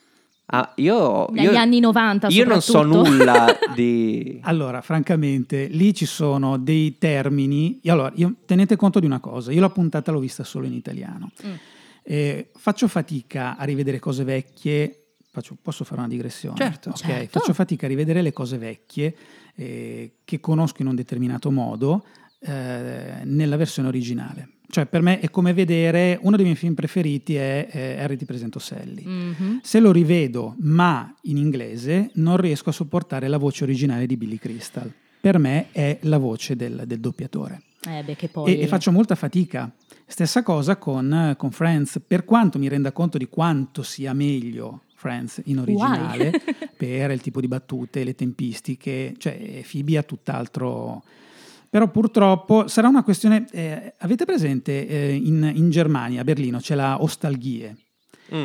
Ah, io, Negli io, anni novanta io non so soprattutto. nulla di... Allora, francamente, lì ci sono dei termini. Allora, io, tenete conto di una cosa, io la puntata l'ho vista solo in italiano. Mm. Eh, faccio fatica a rivedere cose vecchie. Faccio, posso fare una digressione? Certo. Ok, Certo. faccio fatica a rivedere le cose vecchie eh, che conosco in un determinato modo eh, nella versione originale. Cioè, per me è come vedere, uno dei miei film preferiti è eh, Harry ti presento Sally. Mhm. Se lo rivedo ma in inglese non riesco a sopportare la voce originale di Billy Crystal. Per me è la voce del, del doppiatore. Eh beh, che poi... E, e faccio molta fatica. Stessa cosa con, con Friends, per quanto mi renda conto di quanto sia meglio Friends in originale, per il tipo di battute, le tempistiche, cioè Phoebe ha tutt'altro... Però purtroppo sarà una questione... Eh, avete presente eh, in, in Germania, a Berlino, c'è la Ostalgie. Mm.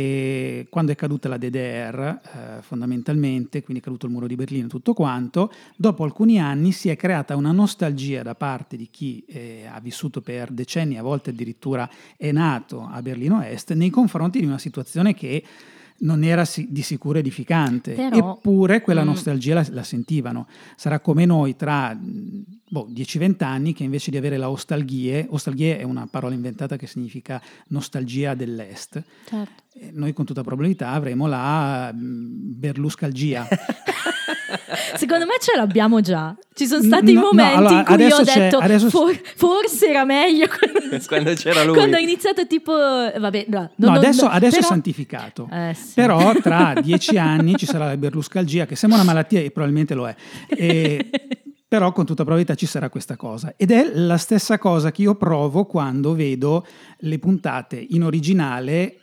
E quando è caduta la D D R, eh, fondamentalmente, quindi è caduto il muro di Berlino e tutto quanto, dopo alcuni anni si è creata una nostalgia da parte di chi eh, ha vissuto per decenni, a volte addirittura è nato a Berlino Est, nei confronti di una situazione che non era si- di sicuro edificante. Però- Eppure quella mm. nostalgia la, la sentivano. Sarà come noi tra boh, dieci venti anni che invece di avere la ostalgie, ostalgie è una parola inventata che significa nostalgia dell'est, Certo. eh, noi con tutta probabilità avremo la mm, berluscalgia. Secondo me ce l'abbiamo già. Ci sono stati No, no, momenti allora, in cui io ho adesso c'è- detto adesso- "For- forse era meglio quando, Quando c'era lui. quando ho iniziato tipo vabbè, no, No, non- adesso, non- adesso però- è santificato. Eh, sì. Però tra dieci anni ci sarà la berluscalgia, che sembra una malattia e probabilmente lo è. E, però con tutta probabilità ci sarà questa cosa. Ed è la stessa cosa che io provo quando vedo le puntate in originale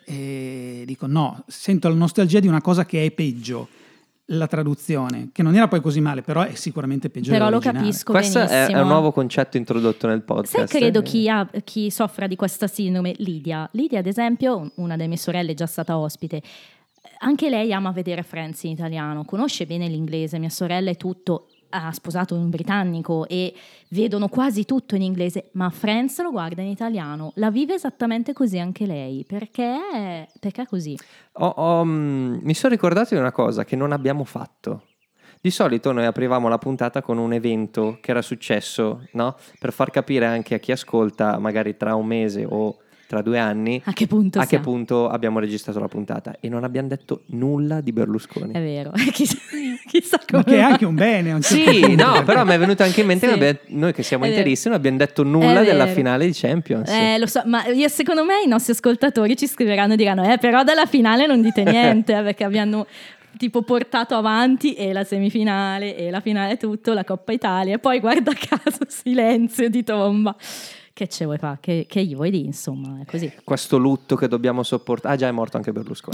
e dico no, sento la nostalgia di una cosa che è peggio. La traduzione, che non era poi così male, però è sicuramente peggio Però lo dell'originale. capisco Questo è, benissimo. è un nuovo concetto introdotto nel podcast. Sai, credo eh. chi, ha, chi soffra di questa sindrome, Lidia. Lidia, ad esempio, una delle mie sorelle è già stata ospite. Anche lei ama vedere Friends in italiano, conosce bene l'inglese, mia sorella è tutto, ha sposato un britannico e vedono quasi tutto in inglese, ma Friends lo guarda in italiano, la vive esattamente così anche lei, perché, perché è così. Ho- ho, mm, mi sono ricordato di una cosa che non abbiamo fatto. Di solito noi aprivamo la puntata con un evento che era successo, no? Per far capire anche a chi ascolta, magari tra un mese o tra due anni, A che punto a che siamo? punto abbiamo registrato la puntata. E non abbiamo detto nulla di Berlusconi. È vero, chissà, chissà Ma come... che è anche un bene. a un certo Sì, punto, no, perché- però mi è venuto anche in mente Sì. che abbiamo- noi che siamo È vero. interisti non abbiamo detto nulla È della vero. finale di Champions. Eh, lo so, ma io, secondo me i nostri ascoltatori ci scriveranno e diranno eh, però della finale non dite niente, eh, perché abbiamo tipo portato avanti e la semifinale e la finale tutto, la Coppa Italia, e poi guarda caso silenzio di tomba. Che ce vuoi fare? Che, che gli vuoi dire, insomma, è così. Questo lutto che dobbiamo sopportare. Ah, già è morto anche Berlusconi.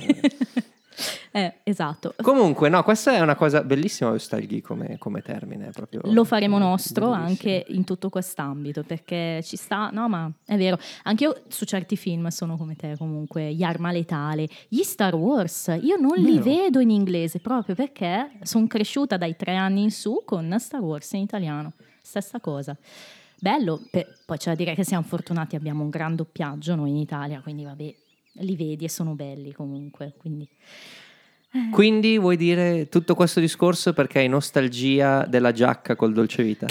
Eh, esatto. Comunque, no, questa è una cosa bellissima, nostalgia come, come termine. Proprio Lo faremo nostro bellissimo. anche in tutto quest'ambito, perché ci sta, no, ma è vero, anche io su certi film sono come te comunque, Gli Arma Letale, gli Star Wars, io non li Vero. vedo in inglese proprio perché sono cresciuta dai tre anni in su con Star Wars in italiano, stessa cosa. Bello, per- poi c'è da dire che siamo fortunati, abbiamo un gran doppiaggio noi in Italia, quindi vabbè, li vedi e sono belli comunque, quindi... Quindi vuoi dire tutto questo discorso perché hai nostalgia della giacca col dolce vita?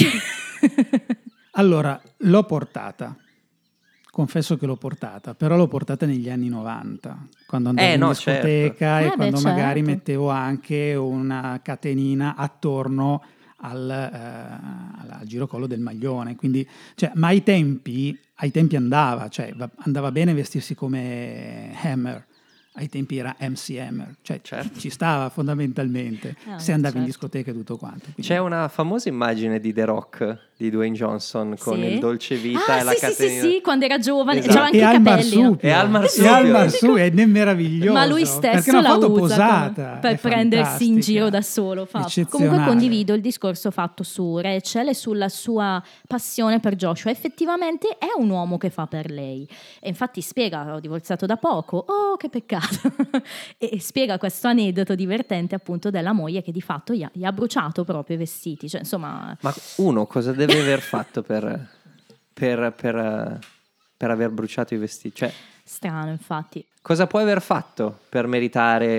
Allora, l'ho portata. Confesso che l'ho portata, però l'ho portata negli anni novanta, quando andavo Eh, in no, discoteca certo. e Eh, beh, quando magari certo. mettevo anche una catenina attorno al, eh, al girocollo del maglione. Quindi, cioè, ma ai tempi, ai tempi andava, cioè va- andava bene vestirsi come Hammer. Ai tempi era M C Hammer, cioè Certo. ci stava fondamentalmente Ah, se andavi in certo. discoteca e tutto quanto. Quindi- C'è una famosa immagine di The Rock di Dwayne Johnson con Sì. il dolce vita ah, e la sì, sì, catenina. sì, sì, quando era giovane, Esatto. c'aveva anche e i al capelli. marsupio E al marsupio. e al marsupio ed è meraviglioso Ma lui perché stesso è una la foto usa posata come- per è prendersi in fantastica, giro da solo. Fa. eccezionale. Comunque condivido il discorso fatto su Rachel e sulla sua passione per Joshua. Effettivamente è un uomo che fa per lei. E infatti spiega, ho divorziato da poco, oh che peccato. e, e spiega questo aneddoto divertente appunto della moglie che di fatto gli ha, gli ha bruciato proprio i vestiti. Cioè, insomma... Ma uno cosa deve aver fatto per, per, per, per aver bruciato i vestiti? Cioè, Strano, infatti. cosa può aver fatto per meritare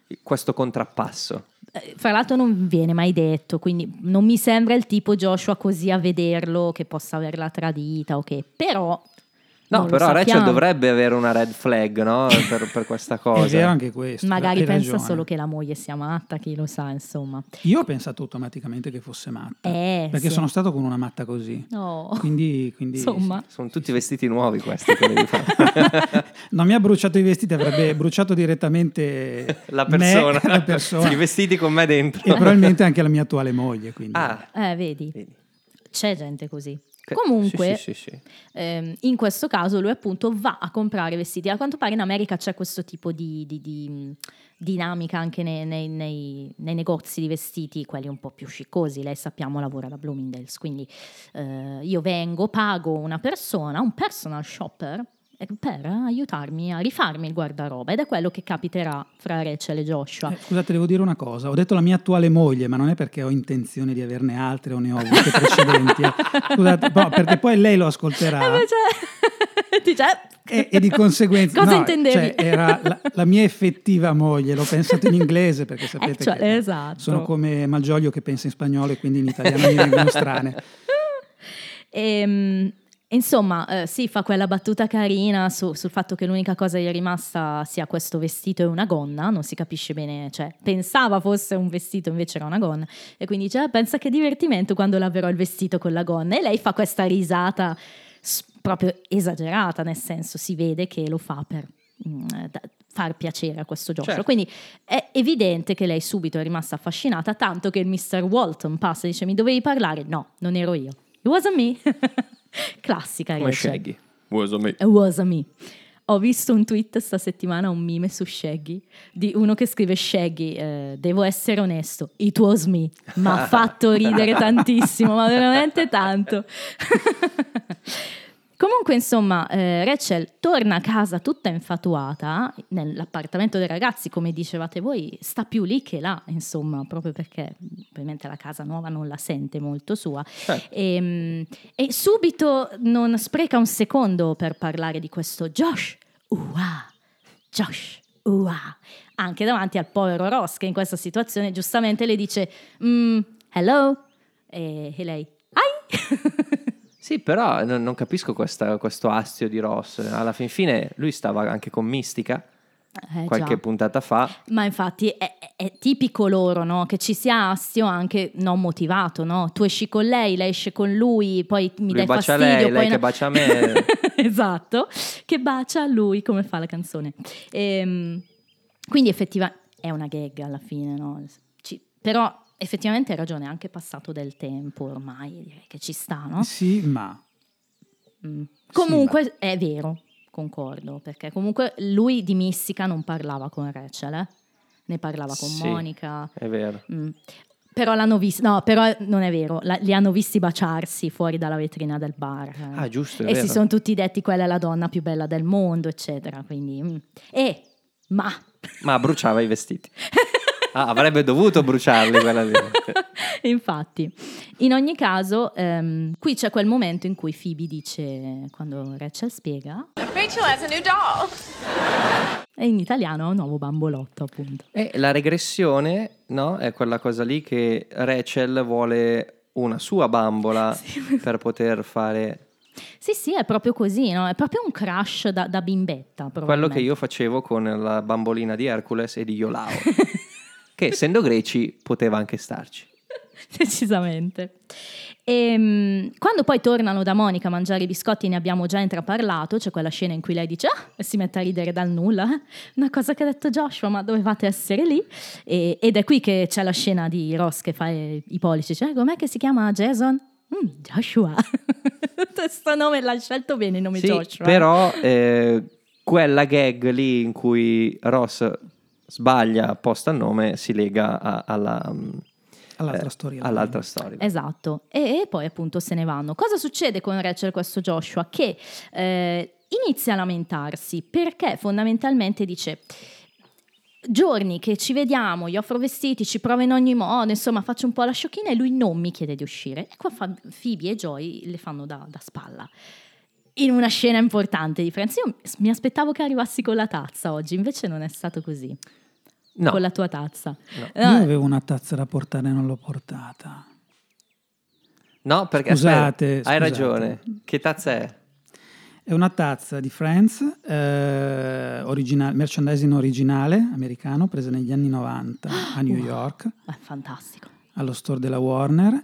questo contrappasso. Fra l'altro non viene mai detto, quindi non mi sembra il tipo Joshua così a vederlo che possa averla tradita, ok, però no, non però lo Rachel sappiamo. dovrebbe avere una red flag, no? per, per questa cosa. È vero anche questo. Magari hai pensa ragione. solo che la moglie sia matta, chi lo sa, insomma. Io ho pensato automaticamente che fosse matta, Eh, perché sì. sono stato con una matta così. No. Quindi, quindi Insomma. Sono tutti vestiti nuovi questi che devi fare. non mi ha bruciato i vestiti, avrebbe bruciato direttamente La persona. me, la persona. I vestiti con me dentro. E probabilmente anche la mia attuale moglie. Quindi. Ah, Eh, vedi, vedi. c'è gente così. Che- Comunque, sì, sì, sì, sì. ehm, in questo caso lui appunto va a comprare vestiti. A quanto pare in America c'è questo tipo di, di- di, mh, dinamica anche nei, nei- nei- nei negozi di vestiti, quelli un po' più sciccosi. Lei sappiamo lavora da Bloomingdale's, quindi eh, io vengo, pago una persona, un personal shopper, eh, per aiutarmi a rifarmi il guardaroba, ed è quello che capiterà fra Rachel e Joshua. Eh, scusate, devo dire una cosa. Ho detto la mia attuale moglie, ma non è perché ho intenzione di averne altre o ne ho avute precedenti. eh. Scusate, no, perché poi lei lo ascolterà. E invece dice, eh, E, e di conseguenza cosa no, intendevi? cioè, era la, la mia effettiva moglie, l'ho pensato in inglese perché sapete Eh, cioè, che esatto. sono come Malgioglio che pensa in spagnolo e quindi in italiano mi vengono strane. Ehm, insomma, eh, sì, fa quella battuta carina su- sul fatto che l'unica cosa che è rimasta sia questo vestito e una gonna, non si capisce bene, cioè pensava fosse un vestito invece era una gonna, e quindi dice, "Ah, pensa che divertimento quando laverò il vestito con la gonna", e lei fa questa risata s- proprio esagerata, nel senso si vede che lo fa per mm, da- far piacere a questo Joshua. Certo. Quindi è evidente che lei subito è rimasta affascinata, tanto che il mister Walton passa e dice, mi dovevi parlare? No, non ero io. It wasn't me. Classica Come Rachel. Shaggy. Was me. It wasn't me. Ho visto un tweet sta settimana, un meme su Shaggy, di uno che scrive Shaggy, eh, devo essere onesto, it was me, mi ha fatto ridere tantissimo, ma veramente tanto. Comunque, insomma, eh, Rachel torna a casa tutta infatuata, nell'appartamento dei ragazzi, come dicevate voi, sta più lì che là, insomma, proprio perché probabilmente la casa nuova non la sente molto sua. Certo. E, e subito non spreca un secondo per parlare di questo Josh, uah, Josh, uah, anche davanti al povero Ross, che in questa situazione giustamente le dice, mm, hello, e, e lei, hi. Sì, però non, non capisco questa- questo astio di Ross. Alla fin fine lui stava anche con Mistica Eh, qualche già. puntata fa. Ma infatti è, è- è tipico loro, no? Che ci sia astio anche non motivato, no? Tu esci con lei, lei esce con lui, poi mi Lui dai bacia fastidio, lei, poi lei no. che bacia me. Esatto, che bacia lui, come fa la canzone. Ehm, quindi effettivamente è una gag alla fine, no? Ci- però effettivamente hai ragione, è anche passato del tempo ormai, direi che ci sta, no? Sì, ma Mm. Comunque è vero, concordo, perché comunque lui di Mistica non parlava con Rachel, eh? Ne parlava con Sì, Monica. è vero. Mm. Però l'hanno visto, no, però non è vero, la- li hanno visti baciarsi fuori dalla vetrina del bar. eh. Ah, giusto, è E vero. si sono tutti detti quella è la donna più bella del mondo, eccetera. Quindi, mm. E, ma... Ma bruciava i vestiti. Ah, avrebbe dovuto bruciarli quella lì. Infatti, in ogni caso, ehm, qui c'è quel momento in cui Phoebe dice, quando Rachel spiega, Rachel has a new doll. e in italiano è un nuovo bambolotto, appunto. E la regressione, no? È quella cosa lì che Rachel vuole una sua bambola per poter fare Sì, sì, è proprio così, no? È proprio un crush da, da bimbetta, quello probabilmente. che io facevo con la bambolina di Hercules e di Iolao. Che essendo greci poteva anche starci. Decisamente. E, quando poi tornano da Monica a mangiare i biscotti, ne abbiamo già intraparlato, c'è quella scena in cui lei dice ah, e si mette a ridere dal nulla, una cosa che ha detto Joshua, ma dovevate essere lì. E, ed è qui che c'è la scena di Ross che fa i, i pollici, cioè com'è che si chiama Jason? Mm, Joshua. Questo nome l'ha scelto bene il nome Sì, Joshua. però eh, quella gag lì in cui Ross sbaglia apposta il nome si lega a- alla, all'altra eh, storia. all'altra storia. Esatto, e, e poi appunto se ne vanno. Cosa succede con Rachel e questo Joshua? Che eh, inizia a lamentarsi perché fondamentalmente dice giorni che ci vediamo, gli offro vestiti, ci provo in ogni modo, insomma faccio un po' la sciocchina e lui non mi chiede di uscire. E qua fa, Phoebe e Joy le fanno da, da spalla. In una scena importante di Friends. Io mi aspettavo che arrivassi con la tazza oggi, invece non è stato così. No. Con la tua tazza. No. No. Io avevo una tazza da portare e non l'ho portata. No, perché Scusate, aspetta, hai scusate. ragione. Che tazza è? È una tazza di Friends, eh, originale, merchandising originale americano, presa negli anni novanta a New York, È fantastico. allo store della Warner,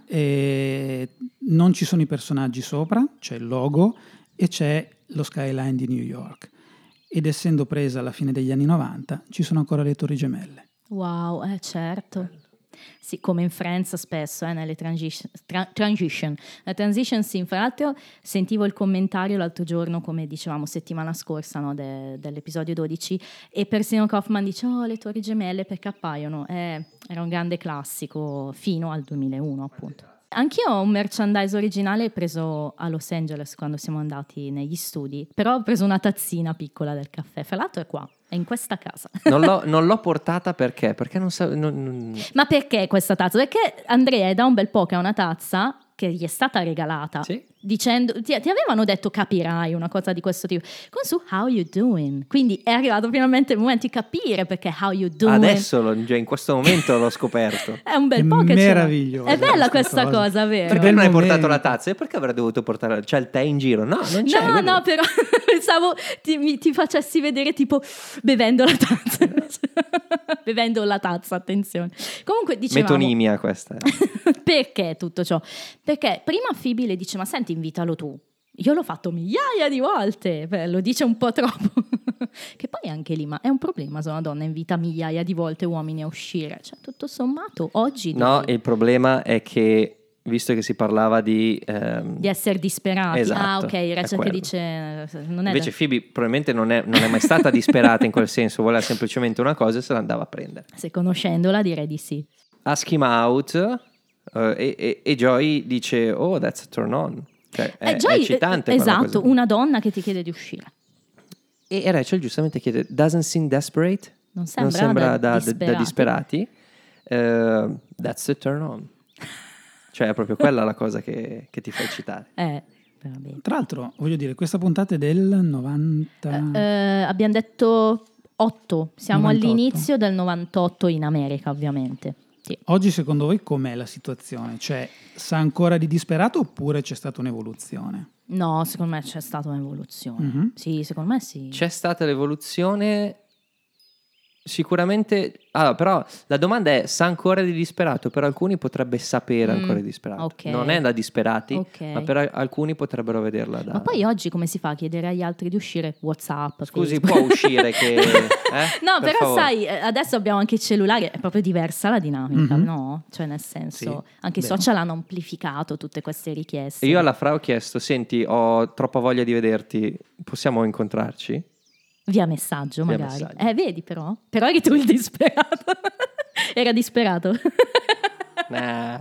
e non ci sono i personaggi sopra, c'è il logo e c'è lo skyline di New York. Ed essendo presa alla fine degli anni novanta, ci sono ancora le torri gemelle. Wow, eh certo. Sì, come in Friends spesso, eh, nelle transition, tra- transition. La transition scene, fra l'altro sentivo il commentario l'altro giorno, come dicevamo settimana scorsa, no, de- dell'episodio dodici, e persino Kaufman dice, oh, le torri gemelle perché appaiono? Eh, era un grande classico fino al duemilauno, appunto. Anch'io ho un merchandise originale preso a Los Angeles quando siamo andati negli studi, però ho preso una tazzina piccola del caffè, fra l'altro è qua, è in questa casa. Non l'ho, non l'ho portata perché? Perché non sa... non- non- Ma perché questa tazza? Perché Andrea è da un bel po' che ha una tazza che gli è stata regalata, Sì. dicendo, ti, ti avevano detto capirai una cosa di questo tipo, con su how you doing, quindi è arrivato finalmente il momento di capire perché how you doing. Adesso, lo- cioè, in questo momento l'ho scoperto. È un bel È po' che ce l'ha. meraviglioso È bella questa questa cosa, cosa. vero? Perché bel non hai momento. portato la tazza? E perché avrei dovuto portare... C'è il tè in giro? No, non c'è. No, quindi- no, però pensavo ti, mi- ti facessi vedere tipo bevendo la tazza. Bevendo la tazza, attenzione. Comunque dicevamo... Metonimia questa. Perché tutto ciò? Perché prima Phoebe le dice, ma senti, invitalo tu. Io l'ho fatto migliaia di volte. Beh, lo dice un po' troppo. Che poi anche lì, ma è un problema se una donna invita migliaia di volte uomini a uscire. Cioè, tutto sommato, oggi... No, devi- il problema è che, visto che si parlava di... ehm, di essere disperati. Esatto, Ah, ok, è Rachel che quello. dice... Non è Invece da- Phoebe probabilmente non è, non è mai stata disperata in quel senso, voleva semplicemente una cosa e se l'andava a prendere. Se conoscendola direi di sì. Ask him out eh, e, e- e Joy dice, oh, that's a turn on. Cioè, è, Eh, Joy- è eccitante eh, quella esatto, cosa. una donna che ti chiede di uscire. E Rachel giustamente chiede, doesn't seem desperate? Non sembra da da, da- da disperati. disperati? Eh, that's a turn on. Cioè è proprio quella la cosa che, che ti fa eccitare. Eh, va bene. Tra l'altro, voglio dire, questa puntata è del novanta... Eh, abbiamo detto otto, siamo novantotto. all'inizio del novantotto in America, ovviamente. Sì. Oggi secondo voi com'è la situazione? Cioè, sa ancora di disperato oppure c'è stata un'evoluzione? No, secondo me c'è stata un'evoluzione. Mhm. Sì, secondo me sì. C'è stata l'evoluzione sicuramente. Allora, però la domanda è: sa ancora di disperato? Per alcuni potrebbe sapere Mm, ancora di disperato. ok. Non è da disperati, Ok. ma per al- alcuni potrebbero vederla da. Ma poi oggi come si fa a chiedere agli altri di uscire? WhatsApp, Scusi, Facebook? può uscire che. eh? No, Per però favore. sai, eh, adesso abbiamo anche i cellulari, è proprio diversa la dinamica, Mhm. no? Cioè nel senso, Sì, anche i vero. social hanno amplificato tutte queste richieste. E io alla Fra ho chiesto: senti, ho troppa voglia di vederti, possiamo incontrarci? Via messaggio Via magari. messaggio. Eh, vedi però? Però eri tu il disperato. Era disperato. Nah.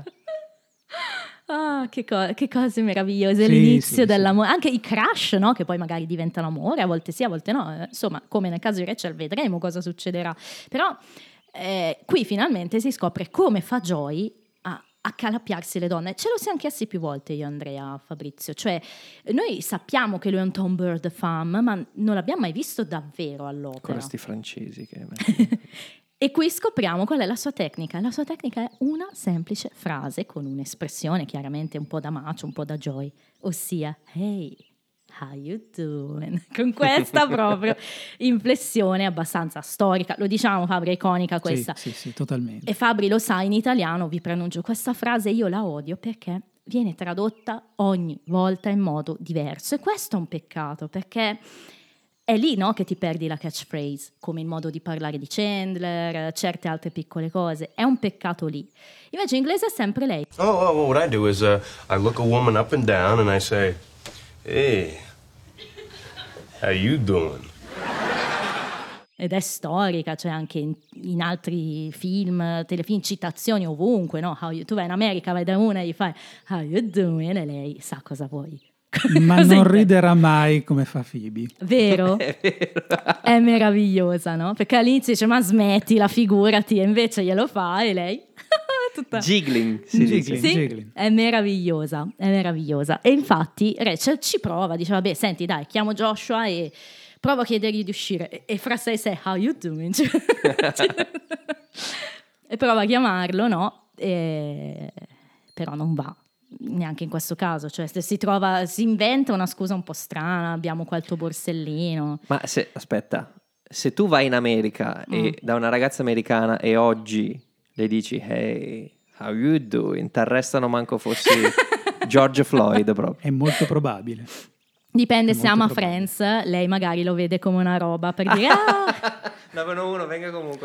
Ah, che, co- che cose meravigliose, Sì, l'inizio sì, dell'amore, anche i crush, no? Che poi magari diventano amore, a volte sì, a volte no, eh, insomma, come nel caso di Rachel vedremo cosa succederà, però eh, qui finalmente si scopre come fa Joy a accalappiarsi le donne. Ce lo siamo chiesti più volte io, Andrea, Fabrizio, cioè noi sappiamo che lui è un Tom Bird fan, ma non l'abbiamo mai visto davvero Con all'opera. questi francesi che. E qui scopriamo qual è la sua tecnica. La sua tecnica è una semplice frase con un'espressione chiaramente un po' da macio, un po' da Joy, ossia hey, how you doing? Con questa proprio inflessione abbastanza storica. Lo diciamo, Fabri, è iconica questa. Sì, sì, sì, totalmente. E Fabri lo sa, in italiano vi pronuncio questa frase, io la odio perché viene tradotta ogni volta in modo diverso. E questo è un peccato perché è lì, no, che ti perdi la catchphrase, come il modo di parlare di Chandler, certe altre piccole cose. È un peccato lì. Invece in inglese è sempre lei. Oh, oh, well, what I do is uh, I look a woman up and down and I say, hey, how you doing? Ed è storica, cioè anche in, in altri film, telefilm, citazioni ovunque, no? How you, tu vai in America, vai da una e gli fai how you doing e lei sa cosa vuoi. Ma Cosa non intende? riderà mai come fa Phoebe. Vero? È vero. È meravigliosa, no? Perché all'inizio dice ma smettila, figurati, e invece glielo fa e lei tutta... Jiggling si dice. Jiggling. Sì, Jiggling. è meravigliosa, è meravigliosa. E infatti Rachel ci prova, dice vabbè, senti dai, chiamo Joshua e prova a chiedergli di uscire e, e fra sé e sé, how you doing? E prova a chiamarlo, no? E... però non va. Neanche in questo caso, cioè se si trova, si inventa una scusa un po' strana, abbiamo qua il tuo borsellino. Ma se, aspetta, se tu vai in America mm. e da una ragazza americana e oggi le dici hey, how you doing? Ti arrestano manco fossi George Floyd proprio. È molto probabile. Dipende È se ama probabile. Friends, lei magari lo vede come una roba per dire ah! nove uno uno, venga comunque.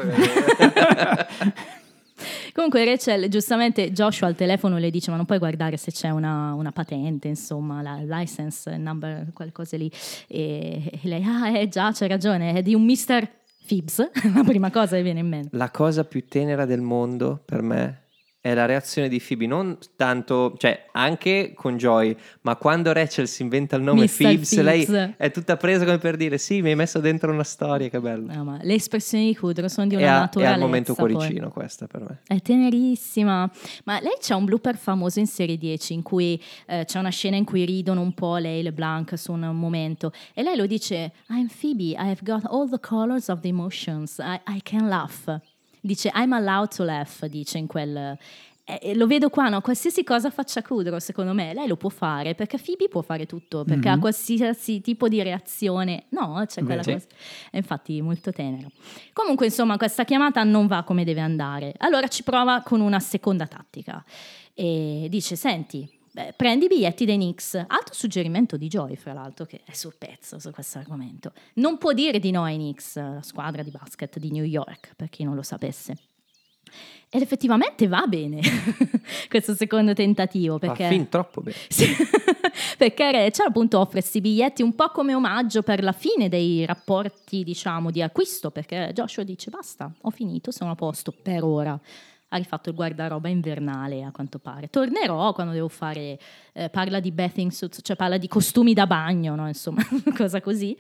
Comunque Rachel, giustamente Joshua al telefono le dice ma non puoi guardare se c'è una, una patente, insomma, la license number, qualcosa lì. E, e lei, ah eh già, c'è ragione, è di un mister Phibbs, la prima cosa che viene in mente. La cosa più tenera del mondo per me è la reazione di Phoebe, non tanto, cioè anche con Joy, ma quando Rachel si inventa il nome mister Phibbs, Phibbs, lei è tutta presa come per dire sì, mi hai messo dentro una storia, che bello. No, ma le espressioni di Kudrow sono di una è, a, naturalezza. È al momento poi. cuoricino questa per me. È tenerissima. Ma lei c'ha un blooper famoso in serie dieci in cui eh, c'è una scena in cui ridono un po' lei e LeBlanc su un momento e lei lo dice I'm Phoebe, I have got all the colors of the emotions, I, I can laugh. Dice I'm allowed to laugh, dice in quel... Eh, lo vedo qua, no? Qualsiasi cosa faccia Kudrow, secondo me, lei lo può fare, perché Phoebe può fare tutto, perché mm-hmm. ha qualsiasi tipo di reazione. No, c'è quella Beh, cosa. È infatti molto tenero. Comunque, insomma, questa chiamata non va come deve andare. Allora ci prova con una seconda tattica. E dice, senti, beh, prendi i biglietti dei Knicks. Altro suggerimento di Joy, fra l'altro, che è sul pezzo su questo argomento. Non può dire di no ai Knicks, la squadra di basket di New York, per chi non lo sapesse. Ed effettivamente va bene questo secondo tentativo, perché va fin troppo bene. Sì, perché Rachel appunto offre questi biglietti un po' come omaggio per la fine dei rapporti, diciamo, di acquisto, perché Joshua dice basta, ho finito, sono a posto per ora. Ha rifatto il guardaroba invernale, a quanto pare. Tornerò quando devo fare, eh, parla di bathing suits, cioè parla di costumi da bagno, no? Insomma, cosa così.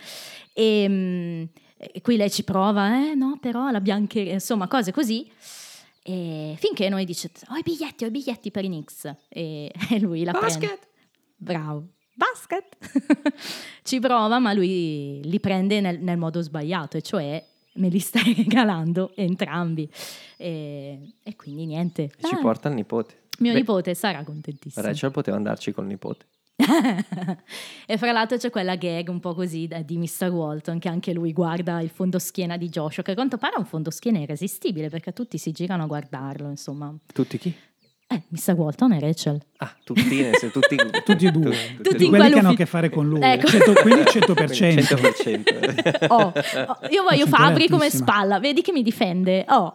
E, e qui lei ci prova, eh no, però la biancheria, insomma, cose così. E finché noi dice ho i biglietti, ho i biglietti per i Knicks e, e lui la basket. prende. Bravo, basket. Ci prova, ma lui li prende nel, nel modo sbagliato, e cioè me li stai regalando entrambi e, e quindi niente. E ci ah, porta il nipote. mio Beh, nipote sarà contentissimo. Rachel poteva andarci col nipote. E fra l'altro c'è quella gag un po' così di mister Walton, che anche lui guarda il fondoschiena di Joshua, che a quanto pare è un fondoschiena irresistibile perché tutti si girano a guardarlo, insomma. Tutti chi? Eh, mister Walton e Rachel. Ah, tutti, nel senso, tutti, Tutti e due. Tutti, Tutti in quelli che hanno a quell'ufficio. che fare con lui. Ecco. cento, quindi cento per cento. cento per cento. Oh, oh, io voglio Sento Fabri come altissima. spalla, vedi che mi difende. Oh.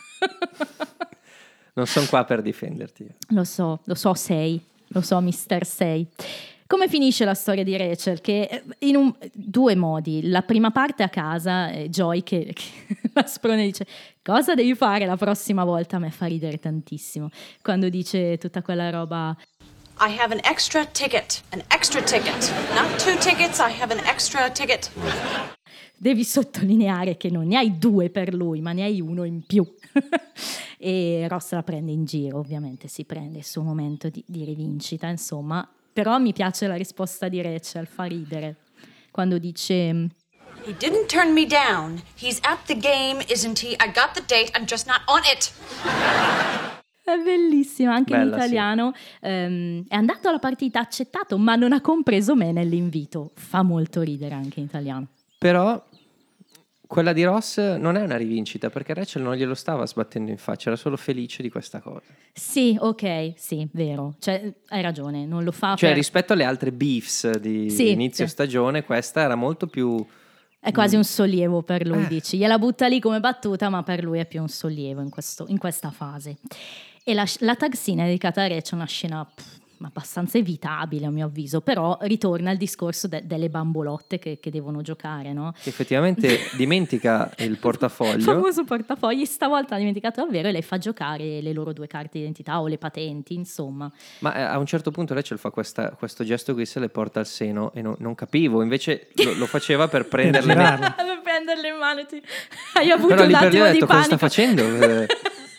Non sono qua per difenderti. Lo so, lo so, sei. Lo so, mister sei. Come finisce la storia di Rachel? Che in un, due modi. La prima parte a casa, eh, Joy che, che la sprone e dice cosa devi fare la prossima volta? A me fa ridere tantissimo quando dice tutta quella roba. I have an extra ticket. An extra ticket. Not two tickets, I have an extra ticket. Devi sottolineare che non ne hai due per lui, ma ne hai uno in più. E Ross la prende in giro, ovviamente si prende il suo momento di, di rivincita, insomma. Però mi piace la risposta di Rachel, fa ridere, quando dice He didn't turn me down. He's at the game, isn't he? I got the date, I'm just not on it. è bellissima, anche Bella, in italiano. Ehm, è andato alla partita, accettato, ma non ha compreso me nell'invito. Fa molto ridere anche in italiano. Però quella di Ross non è una rivincita, perché Rachel non glielo stava sbattendo in faccia, era solo felice di questa cosa. Sì, ok, sì, vero. Cioè, hai ragione, non lo fa Cioè, per... rispetto alle altre beefs di Sì, inizio sì. stagione, questa era molto più... È quasi un sollievo per lui, Eh. dici. Gliela butta lì come battuta, ma per lui è più un sollievo in, questo, in questa fase. E la, la tag scene dedicata a Rachel è una scena pff, abbastanza evitabile a mio avviso, però ritorna al discorso de- delle bambolotte che, che devono giocare, no? Effettivamente dimentica il Il portafoglio. famoso portafogli, stavolta ha dimenticato davvero e lei fa giocare le loro due carte d'identità o le patenti, insomma. Ma eh, a un certo punto Rachel fa questa, questo gesto qui, se le porta al seno e no- non capivo, invece lo, lo faceva per prenderle. girarle. Per prenderle in mano, ti... hai avuto Però un lì per lì ho attimo di detto cosa panico. sta facendo? Eh,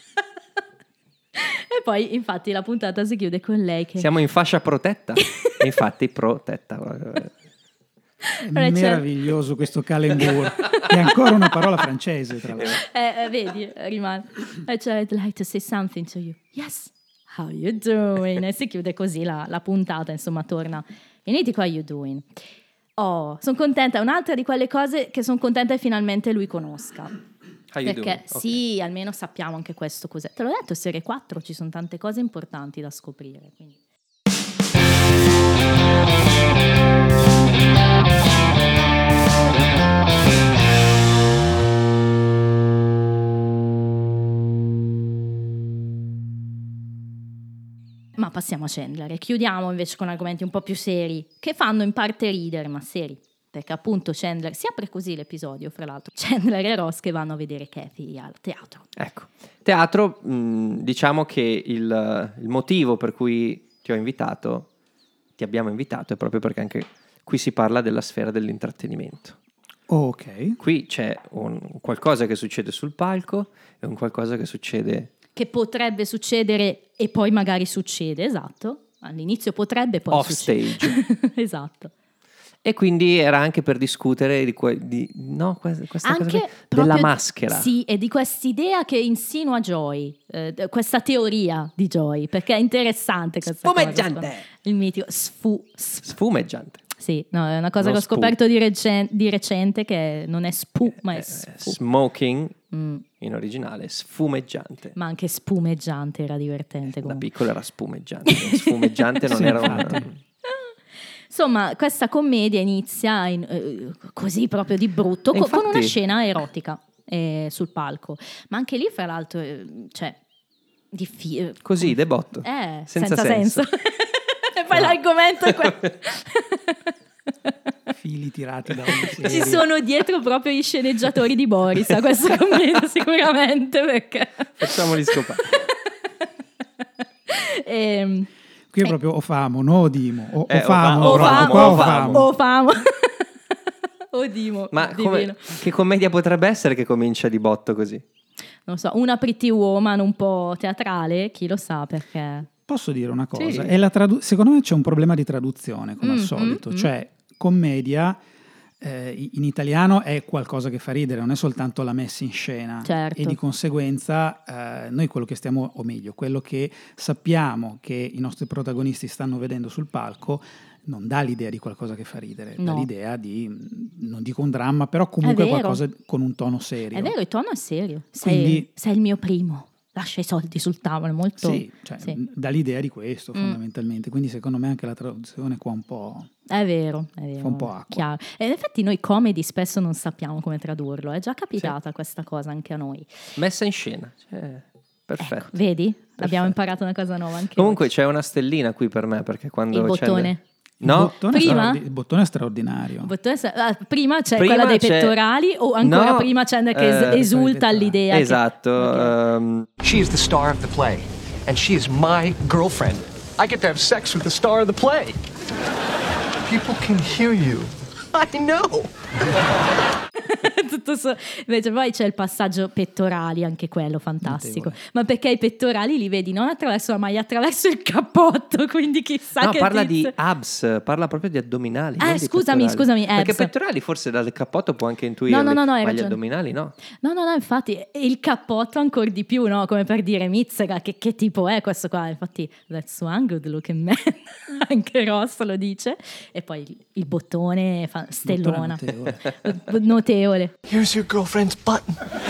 E poi infatti la puntata si chiude con lei che... Siamo in fascia protetta. Infatti protetta. È meraviglioso questo calembour, che è ancora una parola francese, tra l'altro. Eh, eh, vedi, rimane. E cioè, I'd like to say something to you. Yes, how you doing? E si chiude così la, la puntata, insomma, torna in itico, how you doing? Oh, sono contenta, è un'altra di quelle cose che sono contenta che finalmente lui conosca. How you Perché doing? sì, Okay. almeno sappiamo anche questo cos'è. Te l'ho detto, serie quattro ci sono tante cose importanti da scoprire, quindi. Ma passiamo a Chandler e chiudiamo invece con argomenti un po' più seri, che fanno in parte ridere, ma seri. Perché appunto Chandler, si apre così l'episodio, fra l'altro, Chandler e Ross che vanno a vedere Kathy al teatro. Ecco, teatro, mh, diciamo che il, il motivo per cui ti ho invitato, ti abbiamo invitato, è proprio perché anche qui si parla della sfera dell'intrattenimento. Ok. Qui c'è un qualcosa che succede sul palco e un qualcosa che succede... Che potrebbe succedere e poi magari succede, esatto. All'inizio potrebbe, poi Off succede. stage. Esatto. E quindi era anche per discutere di, que- di no, questa, questa Anche cosa qui, proprio- della maschera. Sì, e di quest'idea che insinua Joy, eh, questa teoria di Joy, perché è interessante questa Sfumeggiante. cosa. Il mitico sfu, sf- Sfumeggiante. sì, no, è una cosa Non che ho spu. scoperto di, recen- di recente che non è spu, ma è Eh, sfu. Smoking, Mm, in originale, sfumeggiante. ma anche spumeggiante era divertente Da comunque. piccolo era spumeggiante. Sfumeggiante non Sì, era infatti. una... Insomma, questa commedia inizia in, eh, così proprio di brutto, E co- con infatti- una scena erotica eh, sul palco. Ma anche lì, fra l'altro, eh, cioè, diffi- Così, debotto. eh, senza, senza, senso. senso. E poi l'argomento è quello. Fili tirati da ogni serie. Ci sono dietro proprio gli sceneggiatori di Boris a questa commedia, sicuramente, perché... Facciamoli scopare. Ehm, Qui è proprio o famo, no o dimo. O, Eh, o famo, o o famo, famo, qua o o famo. famo. o famo. O Dimo, Ma divino. come, che commedia potrebbe essere che comincia di botto così? Non so, una Pretty Woman un po' teatrale, chi lo sa perché... Posso dire una cosa? Sì. È la tradu- secondo me c'è un problema di traduzione, come Mm, al solito. mm, mm. Cioè, commedia eh, in italiano è qualcosa che fa ridere, non è soltanto la messa in scena. Certo. E di conseguenza eh, noi quello che stiamo, o meglio, quello che sappiamo che i nostri protagonisti stanno vedendo sul palco non dà l'idea di qualcosa che fa ridere, No. dà l'idea di, non dico un dramma, però comunque È vero. qualcosa con un tono serio. È vero, il tono è serio. Sei, Quindi- sei il mio primo. Lascia i soldi sul tavolo, è molto... Sì, cioè, sì. mh, dà l'idea di questo Mm. fondamentalmente, quindi secondo me anche la traduzione qua un po'... È vero, è vero. Fa un po' acqua. Chiaro. E in effetti noi comedy spesso non sappiamo come tradurlo, è già capitata questa cosa anche a noi. Messa in scena. Cioè, perfetto. Ecco, vedi? Abbiamo Perfetto. imparato una cosa nuova anche Comunque noi. c'è una stellina qui per me perché quando Il c'è bottone. Il No, bottone, Prima? straordi- il bottone è straordinario. Il bottone sa- ah, prima c'è Prima quella dei c'è- pettorali o ancora No, prima c'è che eh, esulta all'idea. che- esatto. Ok. ehm, She is the star of the play, and she is my girlfriend. I get to have sex with the star of the play. People can hear you. I know. Tutto so- Invece poi c'è il passaggio pettorali, anche quello fantastico. Notevole. Ma perché i pettorali li vedi non attraverso la maglia, attraverso il cappotto, quindi chissà no, che parla tizio. di abs, parla proprio di addominali. Ah, non di scusami, pettorali. scusami, Perché abs. pettorali forse dal cappotto può anche intuire. No, no, no, no, hai ma gli ragione. addominali no. No, no, no, infatti e il cappotto ancora di più, no? Come per dire Mizzega, che, che tipo è questo qua? Infatti, that's one good looking man. Anche Ross lo dice. E poi il, il bottone, fa- stellona. Bottone notevole. Notevole. Here's your girlfriend's button.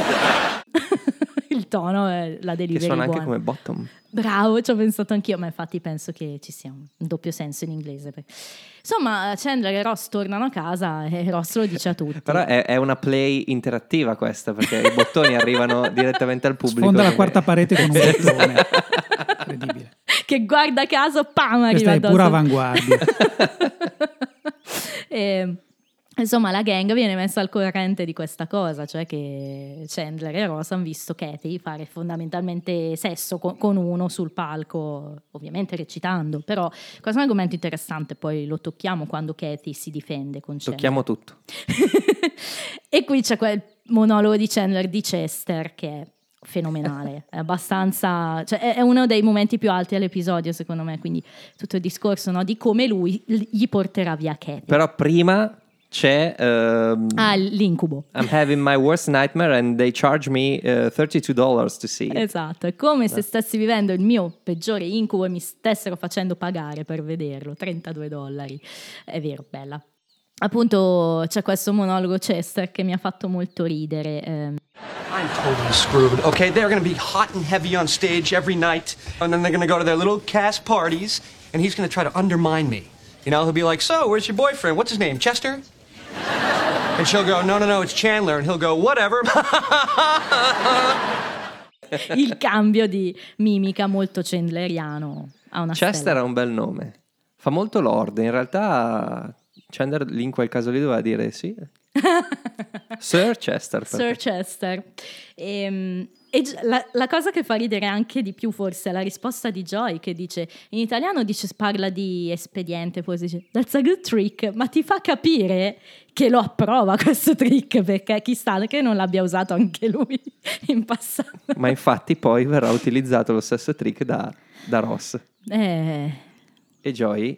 Il tono, è la Che delivery suona anche buona. come bottom. Bravo, ci ho pensato anch'io, ma infatti penso che ci sia un doppio senso in inglese. perché- Insomma, Chandler e Ross tornano a casa e Ross lo dice a tutti. Però è, è una play interattiva questa perché i bottoni arrivano direttamente al pubblico. Sfonda la quindi- quarta parete con un bottone. Incredibile. Che guarda caso, pam, Questa arriva è addosso. pura avanguardia. E, insomma, la gang viene messa al corrente di questa cosa, cioè che Chandler e Ross hanno visto Kathy fare fondamentalmente sesso con, con uno sul palco, ovviamente recitando, però questo è un argomento interessante, poi lo tocchiamo quando Kathy si difende con Chandler. Tocchiamo tutto. E qui c'è quel monologo di Chandler di Chester che è fenomenale, è abbastanza, cioè è è uno dei momenti più alti dell'episodio secondo me, quindi tutto il discorso, no, di come lui gli porterà via Kathy. Però prima c'è um, ah, l'incubo. I'm having my worst nightmare and they charge me uh, thirty-two dollars to see it. Esatto, è come se stessi vivendo il mio peggiore incubo e mi stessero facendo pagare per vederlo, trentadue dollari. È vero, bella. Appunto c'è questo monologo Chester che mi ha fatto molto ridere. ehm. I'm totally screwed. Okay, they're gonna be hot and heavy on stage every night, and then they're gonna go to their little cast parties, and he's gonna try to undermine me. You know, he'll be like, "So, where's your boyfriend? What's his name? Chester?" And she'll go, "No, no, no, it's Chandler," and he'll go, "Whatever." Il cambio di mimica molto chandleriano a una Chester stella. ha un bel nome, fa molto lord, in realtà Chandler lì in quel caso lì doveva dire sì. Sir Chester. Sir Chester. Ehm, E la, la cosa che fa ridere anche di più forse è la risposta di Joy, che dice, in italiano dice, parla di espediente, poi dice that's a good trick, ma ti fa capire che lo approva questo trick, perché chissà che non l'abbia usato anche lui in passato. Ma infatti poi verrà utilizzato lo stesso trick da, da Ross. Eh. E Joy...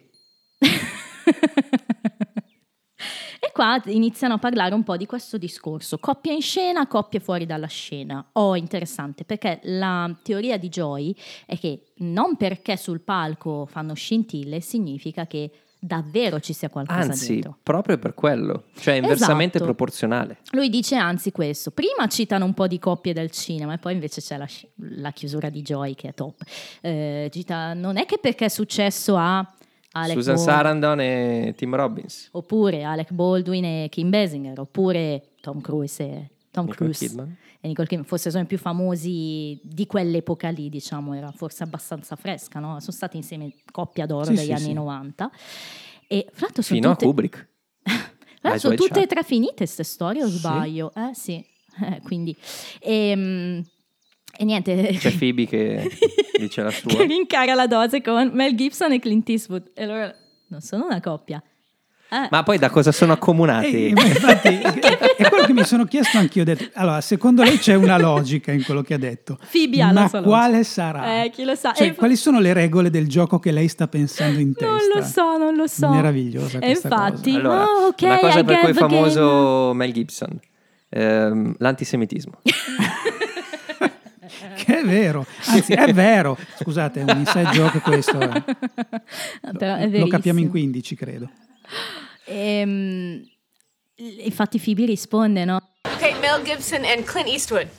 E qua iniziano a parlare un po' di questo discorso, coppia in scena, coppie fuori dalla scena. Oh, interessante, perché la teoria di Joy è che non perché sul palco fanno scintille significa che davvero ci sia qualcosa anzi, dietro. Anzi, proprio per quello, cioè inversamente esatto. proporzionale. Lui dice anzi questo, prima citano un po' di coppie del cinema e poi invece c'è la, la chiusura di Joy che è top. Eh, cita, non è che perché è successo a Alec Susan Baldwin, Sarandon e Tim Robbins, oppure Alec Baldwin e Kim Basinger, oppure Tom Cruise e Tom Nicole Cruise Kidman. e Nicole Kidman, forse sono i più famosi di quell'epoca lì, diciamo, era forse abbastanza fresca, no? Sono stati insieme coppia d'oro sì, degli sì, anni sì. novanta e fra l'altro sono fino tutte, a Kubrick. fra sono Eyes Wide tutte e Shut. tre finite queste storie o Sì. sbaglio? Eh sì, eh, quindi e, e niente, C'è Phoebe che dice la sua. che rincara la dose con Mel Gibson e Clint Eastwood e loro non sono una coppia. Eh. Ma poi da cosa sono accomunati? Eh, ma infatti è quello che mi sono chiesto anch'io. Ho detto, allora, secondo lei c'è una logica in quello che ha detto, Phoebe ha ma la sua quale logica. sarà? Eh, chi lo sa. Cioè, E- quali sono le regole del gioco che lei sta pensando in testa? Non lo so, non lo so. Meravigliosa E questa infatti, cosa. Allora, oh, ok, una cosa I per get cui è the game. famoso Mel Gibson, ehm, l'antisemitismo. Che è vero, anzi è vero. Scusate, è un inside joke questo. eh. Però è Lo verissimo. capiamo in quindici, credo. Ehm, infatti Phoebe risponde, no? Okay, Mel Gibson and Clint Eastwood.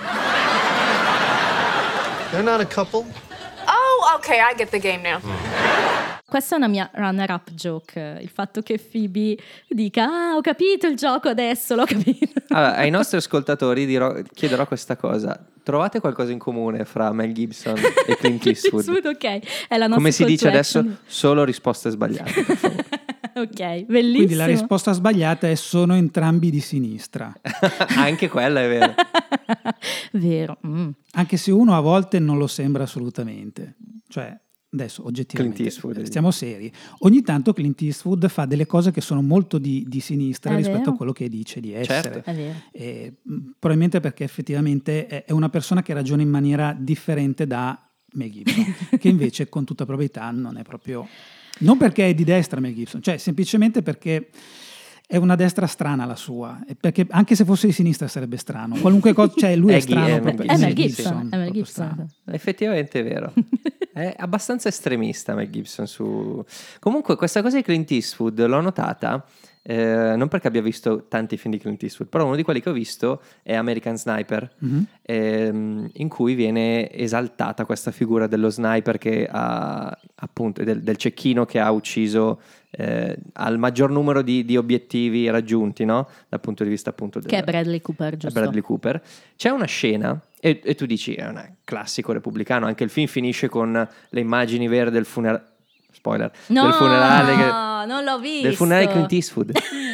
They're not a couple. Oh, okay, I get the game now. Questa è una mia runner-up joke, il fatto che Phoebe dica ah, ho capito il gioco adesso, l'ho capito. Allora, ai nostri ascoltatori dirò, chiederò questa cosa: trovate qualcosa in comune fra Mel Gibson e Clint Eastwood? ok, è la nostra Come si call dice to adesso, action. solo risposte sbagliate, per favore. Ok, bellissimo. Quindi la risposta sbagliata è sono entrambi di sinistra. Anche quella è vera. Vero. Mm. Anche se uno a volte non lo sembra assolutamente. Cioè, adesso oggettivamente, Clint Eastwood. stiamo seri. Ogni tanto Clint Eastwood fa delle cose che sono molto di, di sinistra È rispetto vero. a quello che dice di essere. Certo. È vero. E, mh, probabilmente perché effettivamente è, è una persona che ragiona in maniera differente da Mel Gibson, che invece con tutta probabilità non è proprio... Non perché è di destra Mel Gibson, cioè semplicemente perché è una destra strana la sua, e perché anche se fosse di sinistra sarebbe strano. Qualunque cosa, cioè lui è È strano Ghi- è proprio. Mel È Mel Gibson, Gibson, è Mel proprio Gibson. strano. Effettivamente è vero. È abbastanza estremista Mel Gibson su... Comunque questa cosa di Clint Eastwood l'ho notata, eh, non perché abbia visto tanti film di Clint Eastwood, però uno di quelli che ho visto è American Sniper, Mhm. ehm, in cui viene esaltata questa figura dello sniper che ha appunto del, del cecchino che ha ucciso eh, al maggior numero di, di obiettivi raggiunti, no? Dal punto di vista appunto del, Che è Bradley Cooper, giusto? Bradley Cooper. C'è una scena e, e tu dici è un classico repubblicano, anche il film finisce con le immagini vere del funerale, spoiler, No, del funerale che- non l'ho visto. del funerale di Clint Eastwood.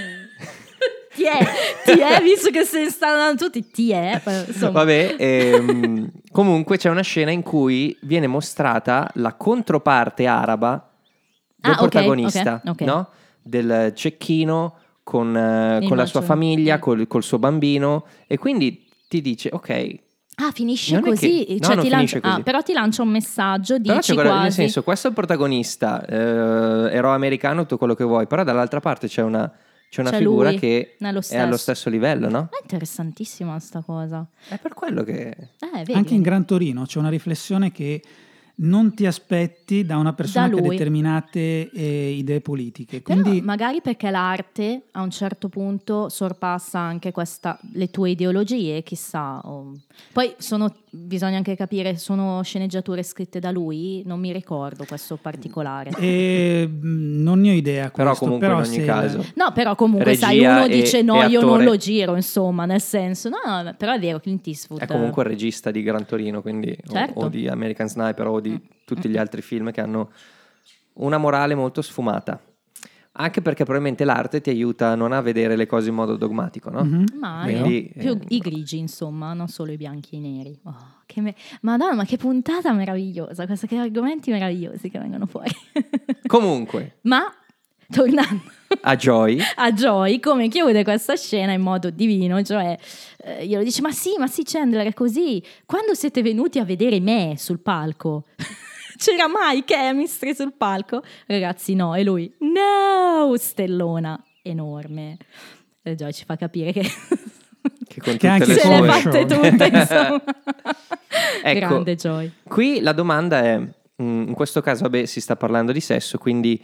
Ti è, ti è, visto che se ne stanno dando tutti, ti è. Insomma. Vabbè, ehm, comunque c'è una scena in cui viene mostrata la controparte araba del Ah, ok, protagonista, ok, ok. no? Del cecchino con, eh, con la sua Immagino. famiglia, Mm. col, col suo bambino, e quindi ti dice ok. Ah, finisce Non è così? che- no, Cioè, non ti finisce lancia... così. Ah, però ti lancia un messaggio, Però dici c'è quello- quasi... nel senso, questo è il protagonista, eh, eroe americano, tutto quello che vuoi, però dall'altra parte c'è una c'è una C'è figura lui, che nello è allo stesso. stesso livello, no? È interessantissima sta cosa. È per quello che... Eh, vedi? Anche in Gran Torino c'è una riflessione che non ti aspetti da una persona Da che ha lui. determinate eh, idee politiche. Però Quindi magari perché l'arte a un certo punto sorpassa anche questa, le tue ideologie, chissà. o- Poi sono, bisogna anche capire, sono sceneggiature scritte da lui? Non mi ricordo questo particolare. eh, mh, non ne ho idea. Però questo, comunque però in ogni se il- caso. No, però comunque Regia sai, uno e- dice no, e io non attore. lo giro, insomma, nel senso, no, no, però è vero, Clint Eastwood. È comunque il regista di Gran Torino, quindi, o- Certo. o, di American Sniper o di tutti gli altri film che hanno una morale molto sfumata. Anche perché probabilmente l'arte ti aiuta a non a vedere le cose in modo dogmatico, no? Mhm. Ma Quindi, più eh, i grigi, insomma, non solo i bianchi e i neri. Oh, che me- Madonna, ma che puntata meravigliosa, questa, che argomenti meravigliosi che vengono fuori. Comunque, Ma tornando a Joy, a Joy, come chiude questa scena in modo divino, cioè eh, glielo dice: ma sì, ma sì, Chandler, è così. Quando siete venuti a vedere me sul palco, c'era mai chemistry sul palco? Ragazzi, no. E lui, no, stellona enorme. E Joy ci fa capire che che con Che tutte anche le se le sue- ha fatte tutte, insomma. Ecco. Grande Joy. Qui la domanda è, mm, in questo caso vabbè si sta parlando di sesso, quindi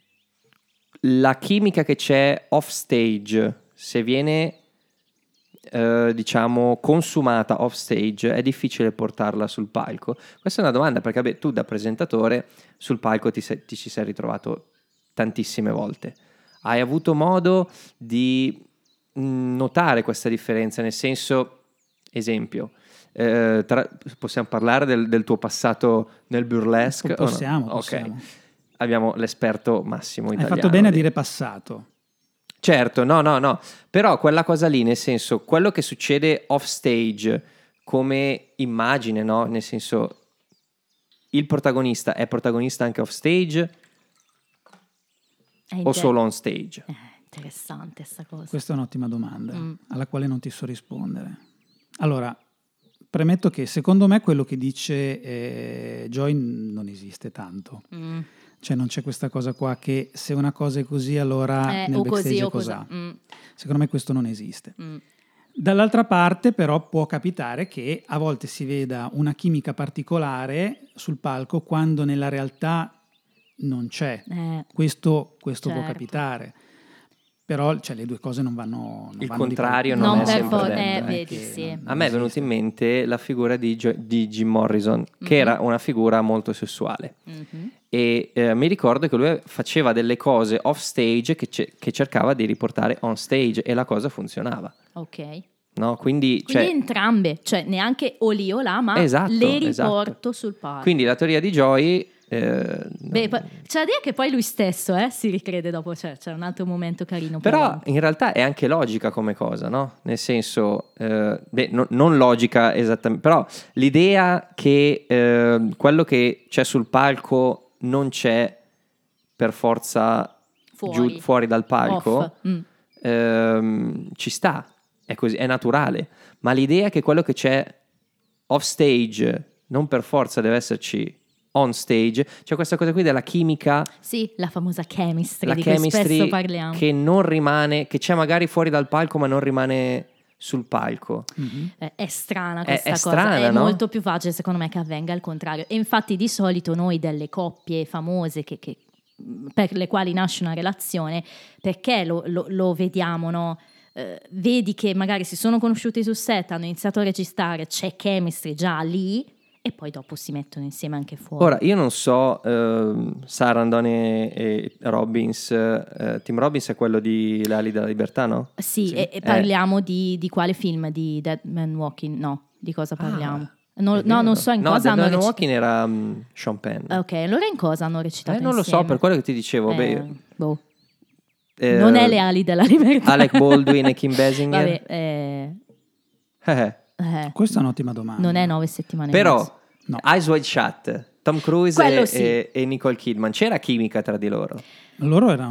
la chimica che c'è off stage, se viene eh, diciamo consumata off stage, è difficile portarla sul palco? Questa è una domanda perché vabbè, tu da presentatore sul palco ti, sei- ti ci sei ritrovato tantissime volte. Hai avuto modo di mm, notare questa differenza, nel senso, esempio, eh, tra- possiamo parlare del, del tuo passato nel burlesque? o no? Possiamo, Ok. possiamo. Abbiamo l'esperto Massimo Hai italiano. fatto bene a lì. dire passato. Certo, no, no, no. Però quella cosa lì, nel senso, quello che succede off stage come immagine, no? Nel senso, il protagonista è protagonista anche off stage È o inter- solo on stage? Eh, interessante sta cosa. Questa è un'ottima domanda Mm. alla quale non ti so rispondere. Allora, premetto che secondo me quello che dice eh, Joy non esiste tanto. Mm. Cioè non c'è questa cosa qua che se una cosa è così allora Eh, nel o backstage così è o cos'ha. cos'ha. Mm, Secondo me questo non esiste. mm. Dall'altra parte però può capitare che a volte si veda una chimica particolare sul palco quando nella realtà non c'è. Eh, Questo, questo può Certo. capitare. Però cioè, le due cose non vanno non Il vanno di contrario pari- non non è per sempre forza, detto, eh, eh. vedi, che sì. non- A me è venuta in mente la figura di, Gio- di Jim Morrison, che Mhm. era una figura molto sessuale. Mhm. E eh, mi ricordo che lui faceva delle cose off stage che, ce- che cercava di riportare on stage e la cosa funzionava, Ok. no? Quindi, Quindi cioè, entrambe, cioè neanche o lì o là, ma Esatto, le esatto. riporto sul palco. quindi la teoria di Joy eh, Beh, no. poi- c'è da dire che poi lui stesso eh, si ricrede dopo, cioè, c'è un altro momento carino. più Però avanti. in realtà è anche logica come cosa, no? Nel senso, eh, beh, no- non logica esattamente, però l'idea che eh, quello che c'è sul palco non c'è per forza Fuori. giù, fuori dal palco, Off. Mm. ehm, ci sta, è così, è naturale. Ma l'idea che quello che c'è off stage non per forza deve esserci on stage, c'è questa cosa qui della chimica, Sì, la famosa chemistry la di cui chemistry spesso parliamo. che non rimane, che c'è magari fuori dal palco ma non rimane sul palco. Mhm. Eh, È strana È- questa è cosa, strana, è no? molto più facile secondo me che avvenga al contrario. E infatti di solito noi delle coppie famose che, che- per le quali nasce una relazione, perché lo, lo- lo vediamo, no? Eh, vedi che magari si sono conosciuti sul set, hanno iniziato a registrare, c'è chemistry già lì e poi dopo si mettono insieme anche fuori. Ora, io non so, ehm, Sarandon e, e Robbins, eh, Tim Robbins è quello di L'ali della libertà, no? Sì, Sì. E, e parliamo di, di quale film? Di Dead Man Walking? No, di cosa parliamo? Ah, No, è no, vero. non so in no, cosa Dead hanno Man recitato. Walking era mm, Sean Penn. Ok, allora in cosa hanno recitato Eh, non lo so, insieme? per quello che ti dicevo, Eh, beh, boh. eh, Non è Le ali della libertà. Alec Baldwin e Kim Basinger. Vabbè, eh, Eh, eh, Questa è un'ottima domanda. non è nove settimane e Però, mezzo. No. Eyes Wide Shut, Tom Cruise Quello e, sì. e- e Nicole Kidman, c'era chimica tra di loro. Loro erano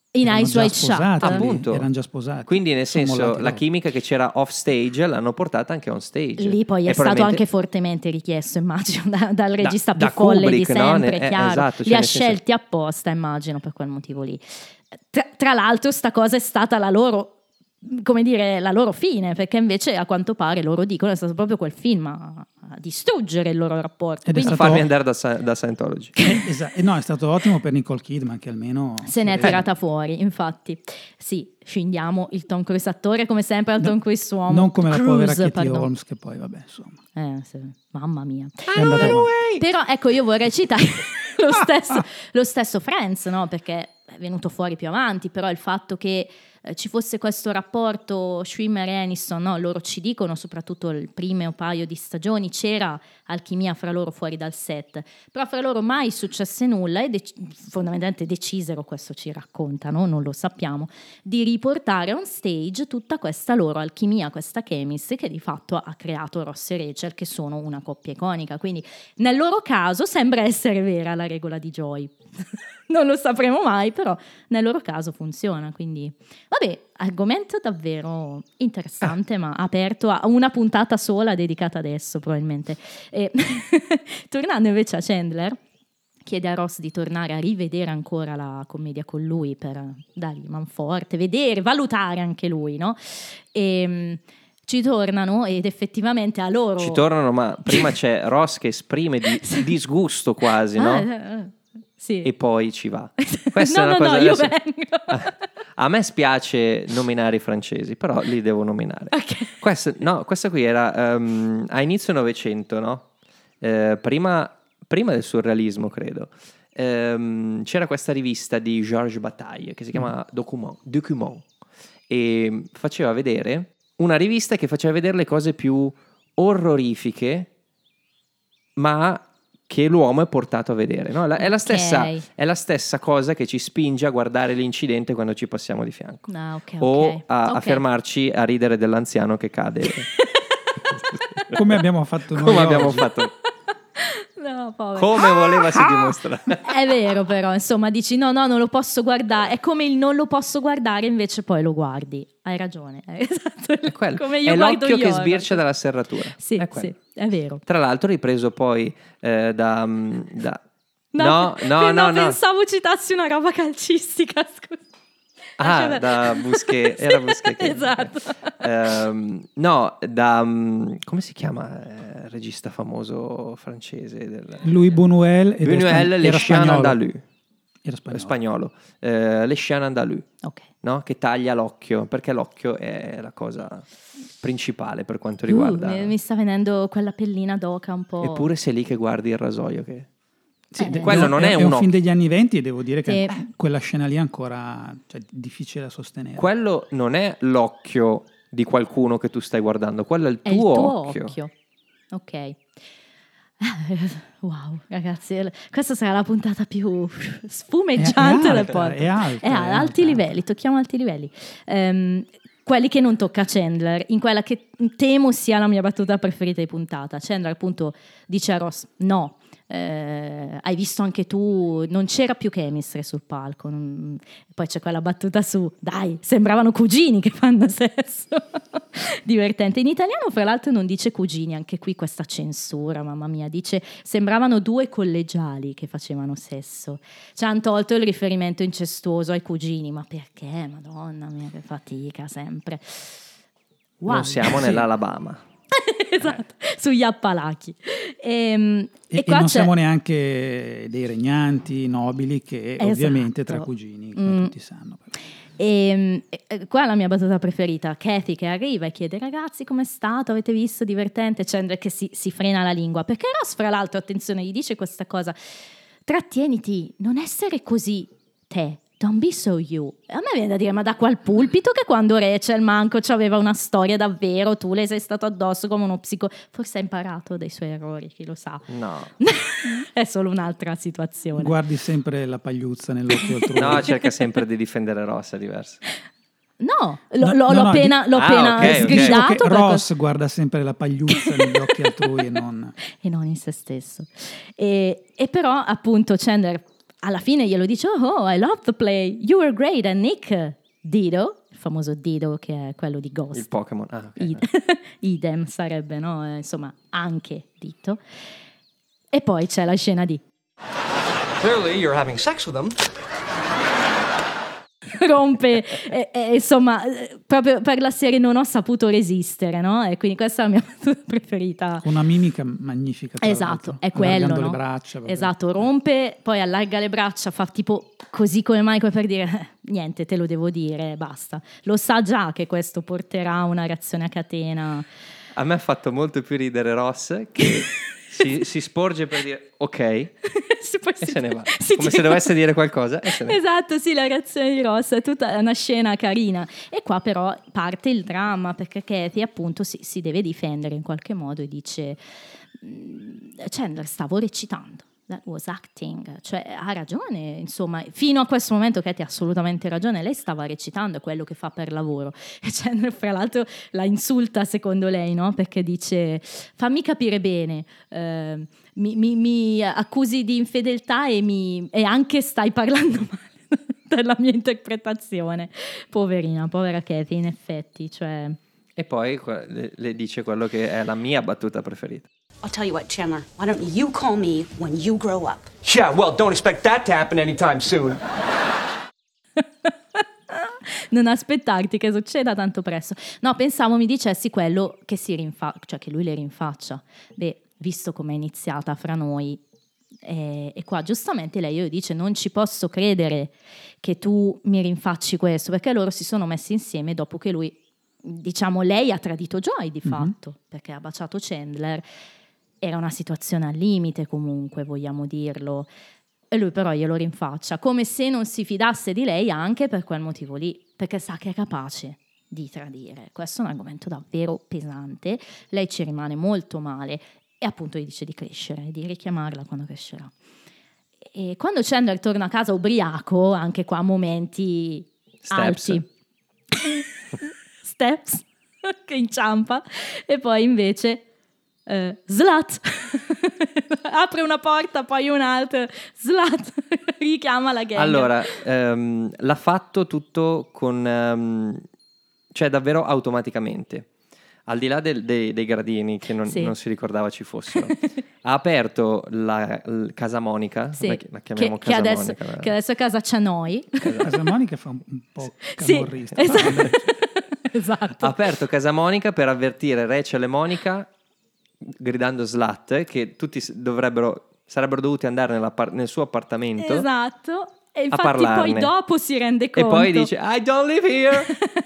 In erano Eyes già Wide Shut. sposati, lì, Appunto. erano già sposati. Quindi nel Sono senso mollati la dopo. chimica che c'era off stage l'hanno portata anche on stage. Lì poi E è stato probabilmente- anche fortemente richiesto, immagino, da- dal regista più da folle Kubrick, di no? sempre, Ne- eh, chiaro. esatto, cioè Li ha nel senso- scelti apposta, immagino, per quel motivo lì. Tra, tra l'altro sta cosa è stata la loro, come dire, la loro fine, perché invece a quanto pare loro dicono è stato proprio quel film a, a distruggere il loro rapporto. Ed è Quindi a stato- farmi andare da, Sa- da Scientology. Eh, esatto. Eh, no, è stato ottimo per Nicole Kidman che almeno se ne è si vede. tirata fuori, infatti. Sì, scendiamo il Tom Cruise attore come sempre al No, Tom Cruise uomo. non come la povera Cruise, Katie pardon. Holmes che poi vabbè insomma Eh, sì. Mamma mia. è andata avanti. Però ecco, io vorrei citare lo stesso, lo stesso Friends, no? Perché è venuto fuori più avanti, però il fatto che eh, ci fosse questo rapporto Schwimmer e Aniston, no? Loro ci dicono, soprattutto il primo paio di stagioni, c'era alchimia fra loro fuori dal set, però fra loro mai successe nulla e dec- fondamentalmente decisero, questo ci raccontano, non lo sappiamo, di riportare on stage tutta questa loro alchimia, questa chemistry che di fatto ha creato Ross e Rachel, che sono una coppia iconica. Quindi nel loro caso sembra essere vera la regola di Joy. Non lo sapremo mai, però nel loro caso funziona. Quindi vabbè, argomento davvero interessante, ma aperto a una puntata sola dedicata adesso probabilmente. E tornando invece a Chandler, chiede a Ross di tornare a rivedere ancora la commedia con lui per dargli manforte, vedere, valutare anche lui, no? E ci tornano ed effettivamente a loro... Ci tornano, ma prima c'è Ross che esprime di disgusto quasi, no? Ah, eh, sì. E poi ci va. Questa no, è una no, cosa no, io adesso- vengo. A me spiace nominare i francesi, però li devo nominare. Ok. Questa, no, questa qui era um, a inizio Novecento, no? Eh, prima, prima del surrealismo, credo. Ehm, c'era questa rivista di Georges Bataille che si chiama Document, Document e faceva vedere una rivista che faceva vedere le cose più orrorifiche, ma che l'uomo è portato a vedere, no? La- È, la stessa, Ok. è la stessa cosa che ci spinge a guardare l'incidente quando ci passiamo di fianco. Ah, ok, O ok. a, a Ok. fermarci a ridere dell'anziano che cade. come abbiamo fatto noi Come abbiamo oggi. fatto, No, povero. come voleva si dimostrare. È vero, però, insomma, dici no, no, non lo posso guardare. È come il non lo posso guardare, invece poi lo guardi. Hai ragione. È esatto. È quello. Come io È guardo l'occhio gli che horror. sbircia dalla serratura. Sì, È quello. sì, è vero. Tra l'altro ripreso poi eh, da, mm, da... No, No, no, no, no. pensavo citassi una roba calcistica, scusa. Ah, Lascia- da Busquet, era Busquet che- Esatto. Ehm, no, da mm, come si chiama eh, il regista famoso francese del Louis Buñuel ed Buñuel, era, Le era Chien spagnolo. Andalou, Era spagnolo. spagnolo, eh, Le Chien Andalou, Ok. no? Che taglia l'occhio, perché l'occhio è la cosa principale per quanto riguarda. Uh, mi, mi sta venendo quella pellina d'oca un po'. Eppure sei lì che guardi il rasoio che... Sì, Eh, de- quello non è è un un occhio. film degli anni venti e devo dire che Sì. quella scena lì è ancora cioè, difficile da sostenere. Quello non è l'occhio di qualcuno che tu stai guardando, quello è il È il tuo, tuo occhio. occhio. Ok. Wow, ragazzi, questa sarà la puntata più spumeggiante È- è del alta, podcast. è alta, È è a alti alta. livelli, tocchiamo alti livelli. Ehm, quelli che non tocca Chandler, in quella che temo sia la mia battuta preferita di puntata. Chandler appunto dice a Ross, no, eh, hai visto anche tu, non c'era più chemistry sul palco. non- Poi c'è quella battuta su, dai, sembravano cugini che fanno sesso. Divertente. In italiano, fra l'altro, non dice cugini, anche qui questa censura, mamma mia, dice sembravano due collegiali che facevano sesso. Ci hanno tolto il riferimento incestuoso ai cugini, ma perché? Madonna mia, che fatica sempre. Wow. Non siamo Sì. nell'Alabama. Esatto, sugli Appalachi. Ehm, E, e e qua non c'è- siamo neanche dei regnanti nobili che Esatto. ovviamente tra cugini, come Mm. tutti sanno. E, e, qua è la mia battuta preferita, Kathy che arriva e chiede ragazzi com'è stato, avete visto, divertente, Chandler che si, si frena la lingua, perché Ross fra l'altro, attenzione, gli dice questa cosa, trattieniti, non essere così te, don't be so you. E a me viene da dire, ma da qual pulpito che quando Rachel manco c'aveva una storia davvero, tu le sei stato addosso come uno psico, forse ha imparato dai suoi errori, chi lo sa. No, È solo un'altra situazione. Guardi sempre la pagliuzza nell'occhio altrui. no, cerca sempre di difendere Ross, è diverso. No, lo- No, lo- no, l'ho no, appena, di- l'ho Ah, appena ok, ok. Dicevo sgridato che per Ross guarda sempre la pagliuzza negli occhi altrui e non... e non in se stesso. E, e però appunto Chandler alla fine glielo dice, oh, I love the play, you were great, and Nick, Dido, il famoso Dido che è quello di Ghost. Il Pokémon, ah, ok. Id- idem sarebbe, no? Eh, insomma, anche Dito. E poi c'è la scena di... Clearly you're having sex with him. rompe, e, e, insomma, proprio per la serie non ho saputo resistere, no? E quindi questa è la mia preferita. Una mimica magnifica. Esatto, è quello, no? le braccia. Proprio. Esatto, rompe, poi allarga le braccia, fa tipo così come Michael per dire eh, niente, te lo devo dire, basta. Lo sa già che questo porterà a una reazione a catena. A me ha fatto molto più ridere Ross che si, si sporge per dire ok si, poi e si, se ne va, si come se dovesse dire qualcosa e se ne va. Esatto, sì, la reazione di Ross è tutta una scena carina. E qua però parte il dramma, perché Kathy appunto si, si deve difendere in qualche modo e dice Chandler, stavo recitando, that was acting, cioè ha ragione, insomma, fino a questo momento Kathy ha assolutamente ragione, lei stava recitando, è quello che fa per lavoro. E Chandler fra l'altro la insulta secondo lei, no? Perché dice fammi capire bene, eh, mi, mi, mi accusi di infedeltà e, mi, e anche stai parlando male della mia interpretazione. Poverina, povera Kathy, in effetti, cioè... E poi le, le dice quello che è la mia battuta preferita. I'll tell you what, Chandler. Why don't you call me when you grow up? Yeah, well, don't expect that to happen anytime soon. Non aspettarti che succeda tanto presto. No, pensavo mi dicessi quello che si rinfaccia, cioè che lui le rinfaccia. Beh, visto com'è iniziata fra noi, eh, e qua giustamente lei io dice non ci posso credere che tu mi rinfacci questo, perché loro si sono messi insieme dopo che lui, diciamo, lei ha tradito Joy di fatto, mm-hmm. perché ha baciato Chandler. Era una situazione al limite comunque, vogliamo dirlo, e lui però glielo rinfaccia, come se non si fidasse di lei anche per quel motivo lì, perché sa che è capace di tradire. Questo è un argomento davvero pesante, lei ci rimane molto male e appunto gli dice di crescere, di richiamarla quando crescerà. E quando Chandler torna a casa ubriaco, anche qua momenti Steps. alti. Steps, che inciampa, e poi invece... Uh, slut apre una porta poi un'altra, slut richiama la gang. Allora um, l'ha fatto tutto con um, cioè davvero automaticamente, al di là del, dei, dei gradini che non, sì. non si ricordava ci fossero. Ha aperto la, la Casa Monica, sì. la, la chiamiamo che, Casa che adesso, Monica, che adesso è Casa Cianoi. Casa, Casa Monica fa un, un po' sì, camorrista. esatto. Esatto. Ha aperto Casa Monica per avvertire Rachel e Monica gridando slut che tutti dovrebbero sarebbero dovuti andare nella, nel suo appartamento, esatto, e infatti a parlarne. poi dopo si rende conto e poi dice I don't live here.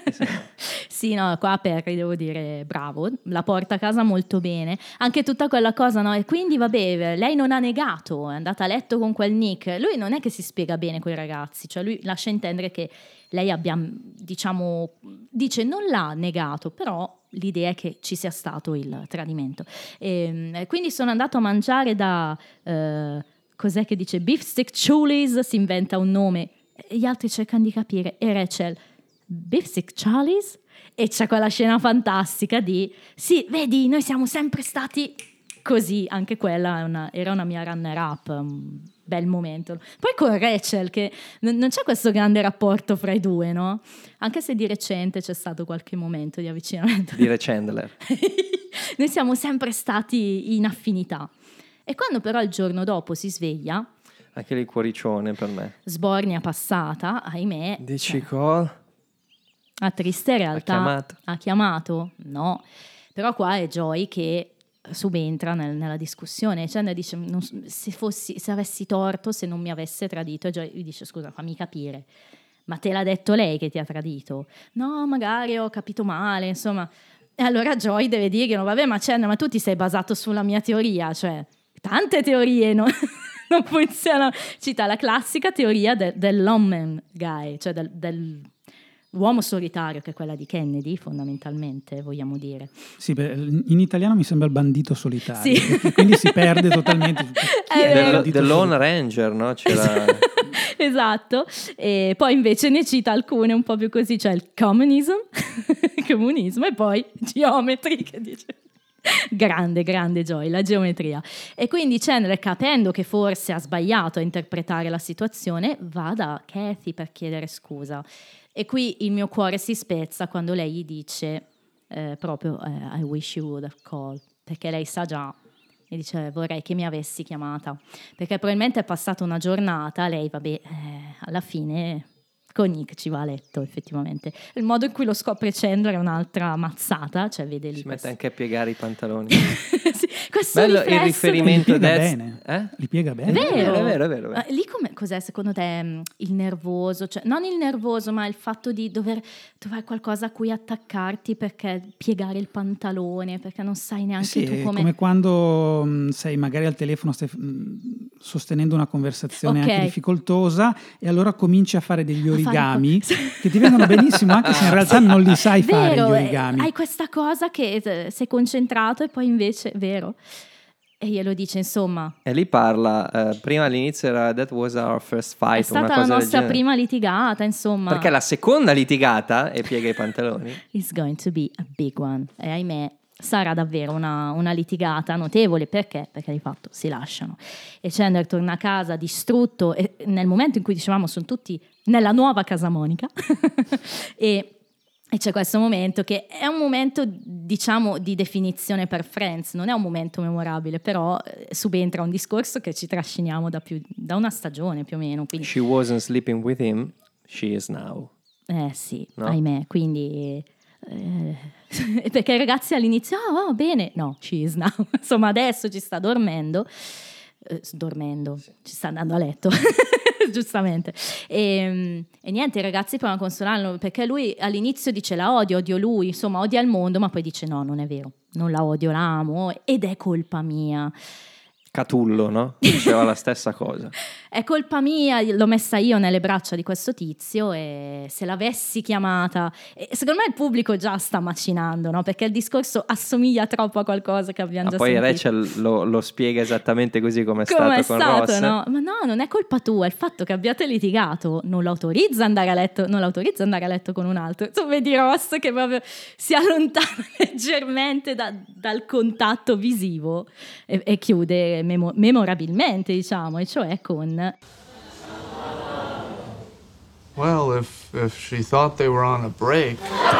Sì, no, qua Perry devo dire bravo, la porta a casa molto bene, anche tutta quella cosa, no? E quindi vabbè, lei non ha negato, è andata a letto con quel Nick, lui non è che si spiega bene coi ragazzi, cioè lui lascia intendere che lei abbia, diciamo, dice non l'ha negato, però l'idea è che ci sia stato il tradimento. E quindi sono andato a mangiare da eh, cos'è che dice Beef Stick Chulies, si inventa un nome e gli altri cercano di capire, e Rachel Beef Stick Charlie's? E c'è quella scena fantastica di sì, vedi, noi siamo sempre stati così, anche quella è una, era una mia runner up, un bel momento. Poi con Rachel che n- non c'è questo grande rapporto fra i due, no? Anche se di recente c'è stato qualche momento di avvicinamento. Dire Chandler. Noi siamo sempre stati in affinità. E quando però il giorno dopo si sveglia, anche lì cuoricione per me, sbornia passata, ahimè. Dici cioè, call? A triste realtà. Ha chiamato? Ha chiamato? No. Però qua è Joy che subentra nel, nella discussione. Chandler dice non, se, fossi, se avessi torto, se non mi avesse tradito, e Joy gli dice scusa, fammi capire, ma te l'ha detto lei che ti ha tradito? No, magari ho capito male, insomma. E allora Joy deve dirgli no, vabbè, ma Chandler, ma tu ti sei basato sulla mia teoria, cioè tante teorie no? Non funzionano. Cita la classica teoria de, dell'Homme guy, cioè del, del uomo solitario, che è quella di Kennedy, fondamentalmente, vogliamo dire. Sì, beh, in italiano mi sembra il bandito solitario, sì. Quindi si perde totalmente. Del, del Lone Ranger, no? C'era... Esatto, e poi invece ne cita alcune un po' più così, cioè il communism, comunismo, e poi geometry, che dice grande, grande Joy, la geometria. E quindi Chandler, capendo che forse ha sbagliato a interpretare la situazione, va da Kathy per chiedere scusa. E qui il mio cuore si spezza quando lei gli dice eh, proprio eh, I wish you would have called, perché lei sa già, e dice vorrei che mi avessi chiamata, perché probabilmente è passata una giornata, lei vabbè eh, alla fine con Nick ci va a letto effettivamente. Il modo in cui lo scopre Chandler è un'altra mazzata, cioè vede lì si questo... mette anche a piegare i pantaloni. Sì, questo bello riflesso il riferimento li piega that's- bene, eh? li piega bene. È vero, È vero, è vero, è vero. Ma lì come, cos'è secondo te mh, il nervoso? Cioè, non il nervoso, ma il fatto di dover trovare qualcosa a cui attaccarti perché piegare il pantalone, perché non sai neanche Sì, tu è come... come quando mh, sei magari al telefono, stai mh, sostenendo una conversazione Ok. anche difficoltosa e allora cominci a fare degli A fare origami co- che ti vengono benissimo anche se in realtà non li sai fare Vero, gli eh, origami. hai questa cosa che eh, sei concentrato e poi invece, vero? E glielo dice, insomma, E lì parla, eh, prima all'inizio era that was our first fight, è una stata la cosa del nostra genere. prima litigata, insomma. Perché la seconda litigata e piega i pantaloni. It's going to be a big one. E ahimè, sarà davvero una, una litigata notevole. Perché? Perché di fatto si lasciano. E Chandler torna a casa distrutto. E nel momento in cui dicevamo sono tutti nella nuova casa Monica. e... E c'è questo momento che è un momento, diciamo, di definizione per Friends, non è un momento memorabile, però eh, subentra un discorso che ci trasciniamo da, più, da una stagione più o meno. Quindi, She wasn't sleeping with him, she is now. eh sì, No? ahimè, quindi... Eh, perché i ragazzi all'inizio, ah, oh, bene, no, she is now. Insomma, adesso ci sta dormendo, eh, dormendo, ci sta andando a letto. Giustamente. E, e niente, i ragazzi provano a consolarlo perché lui all'inizio dice la odio, odio lui, insomma odia il mondo, ma poi dice no, non è vero, non la odio, la amo ed è colpa mia. Catullo, no? Diceva la stessa cosa. È colpa mia, l'ho messa io nelle braccia di questo tizio e se l'avessi chiamata... E secondo me il pubblico già sta macinando, no? Perché il discorso assomiglia troppo a qualcosa che abbiamo Ma già poi sentito. Rachel lo, lo spiega esattamente così come è Come stato è con stato, Ross. no? Ma no, non è colpa tua, il fatto che abbiate litigato non l'autorizza ad andare a letto, non l'autorizza ad andare a letto con un altro. Tu vedi Ross che proprio si allontana leggermente da- dal contatto visivo e, e chiude memo- memorabilmente, diciamo, e cioè con Well, if if she thought they were on a break.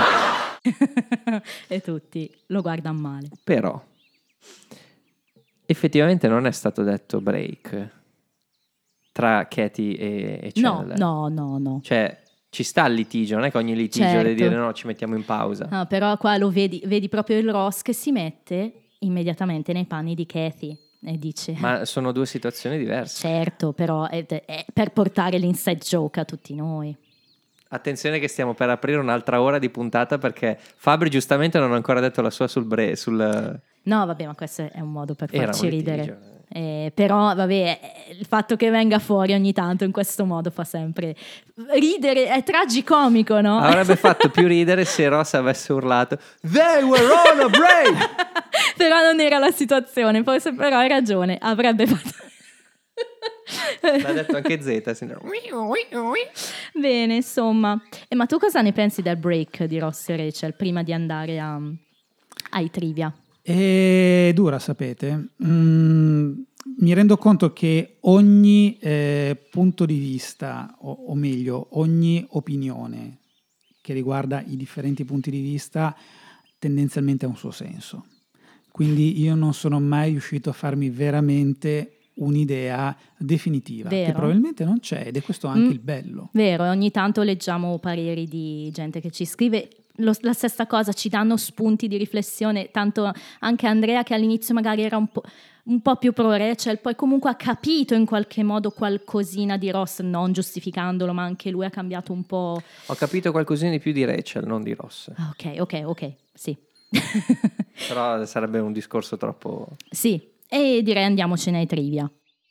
e tutti lo guardano male. Però effettivamente non è stato detto break tra Katie e, e No, Chandler. no, no, no. Cioè ci sta il litigio, non è che ogni litigio Certo. deve dire no, ci mettiamo in pausa. No, però qua lo vedi, vedi proprio il Ross che si mette immediatamente nei panni di Kathy e dice Ma sono due situazioni diverse. certo, però è, è per portare l'inside joke a tutti noi. Attenzione che stiamo per aprire un'altra ora di puntata perché Fabri giustamente non ha ancora detto la sua sul bre, sul... No, vabbè, ma questo è un modo per Era farci un litigio. ridere. Eh, però, vabbè, eh, il fatto che venga fuori ogni tanto in questo modo fa sempre ridere, è tragicomico, no? Avrebbe fatto più ridere se Ross avesse urlato They were on a break! Però non era la situazione, forse però hai ragione, avrebbe fatto... L'ha detto anche Z. Signor. Bene, insomma. E ma tu cosa ne pensi del break di Ross e Rachel prima di andare a, ai trivia? È dura, sapete. Mm, mi rendo conto che ogni eh, punto di vista, o, o meglio, ogni opinione che riguarda i differenti punti di vista tendenzialmente ha un suo senso. Quindi io non sono mai riuscito a farmi veramente un'idea definitiva, Vero. che probabilmente non c'è, ed è questo anche Mm. il bello. Vero, ogni tanto leggiamo pareri di gente che ci scrive lo- la stessa cosa, ci danno spunti di riflessione, tanto anche Andrea che all'inizio magari era un po', un po' più pro Rachel, poi comunque ha capito in qualche modo qualcosina di Ross, non giustificandolo, ma anche lui ha cambiato un po'. Ho capito qualcosina di più di Rachel, non di Ross. Ah, ok, ok, ok, sì. Però sarebbe un discorso troppo... Sì, e direi andiamocene ai trivia.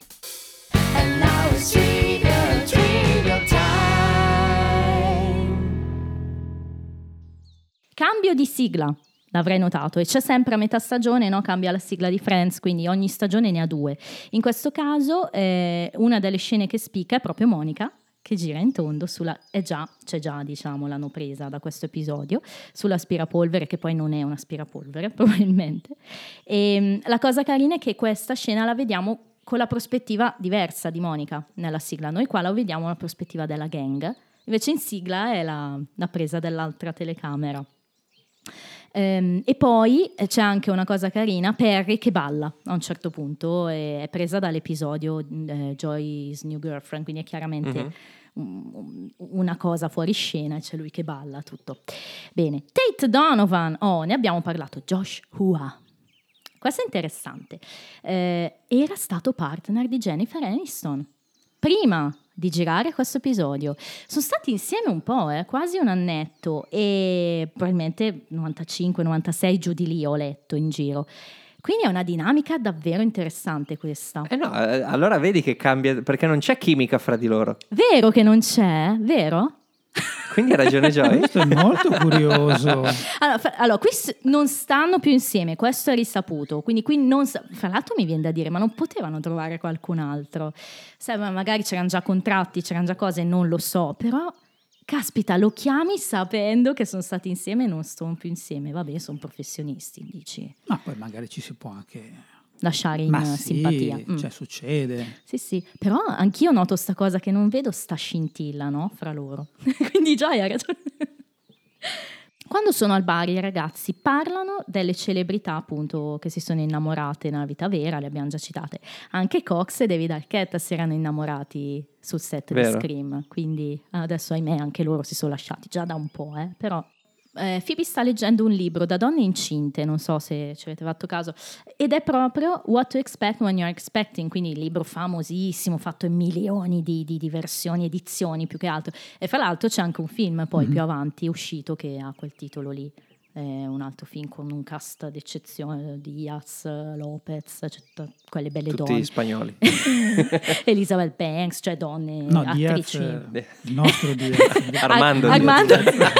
Cambio di sigla, l'avrei notato, e c'è sempre a metà stagione, no? Cambia la sigla di Friends, quindi ogni stagione ne ha due. In questo caso eh, una delle scene che spicca è proprio Monica, che gira in tondo sulla, è già, c'è già diciamo l'hanno presa da questo episodio, sull'aspirapolvere, che poi non è un aspirapolvere probabilmente. E la cosa carina è che questa scena la vediamo con la prospettiva diversa di Monica nella sigla. Noi qua la vediamo la prospettiva della gang, invece in sigla è la, la presa dell'altra telecamera. Ehm, e poi c'è anche una cosa carina, Perry che balla a un certo punto, è presa dall'episodio eh, Joy's New Girlfriend, quindi è chiaramente mm-hmm. un, una cosa fuori scena, c'è lui che balla, tutto bene. Tate Donovan, oh, ne abbiamo parlato. Josh Hua, questo è interessante, eh, era stato partner di Jennifer Aniston prima di girare questo episodio. Sono stati insieme un po', eh, quasi un annetto, e probabilmente novantacinque novantasei giù di lì ho letto in giro. Quindi è una dinamica davvero interessante questa. Eh no, allora vedi che cambia, perché non c'è chimica fra di loro. Vero che non c'è, vero? Quindi ha ragione Joy. Questo è molto curioso. Allora, fra, allora, qui non stanno più insieme, questo è risaputo. Quindi qui non sa- fra l'altro mi viene da dire, ma non potevano trovare qualcun altro? Sai, magari c'erano già contratti, c'erano già cose, non lo so, però caspita, lo chiami sapendo che sono stati insieme e non sono più insieme. Vabbè, sono professionisti, dici. Ma poi magari ci si può anche lasciare in Ma sì, simpatia. Mm. Cioè succede. Sì, sì, però anch'io noto sta cosa che non vedo sta scintilla, no? Fra loro. Quindi già hai ragione. Quando sono al bar i ragazzi parlano delle celebrità appunto che si sono innamorate nella vita vera, le abbiamo già citate. Anche Cox e David Arquette si erano innamorati sul set Vero. di Scream, quindi adesso ahimè anche loro si sono lasciati già da un po', eh, però... Eh, Phoebe sta leggendo un libro da donne incinte, non so se ci avete fatto caso, ed è proprio What to Expect When You're Expecting, quindi il libro famosissimo, fatto in milioni di, di, di versioni, edizioni più che altro, e fra l'altro c'è anche un film poi mm-hmm. più avanti uscito che ha quel titolo lì, è un altro film con un cast d'eccezione, Diaz, Lopez, cioè, quelle belle tutti donne, spagnoli. Elizabeth Banks, cioè donne no, attrici, Diaz, eh, il nostro Diaz. Armando, Ar- Armando. Diaz.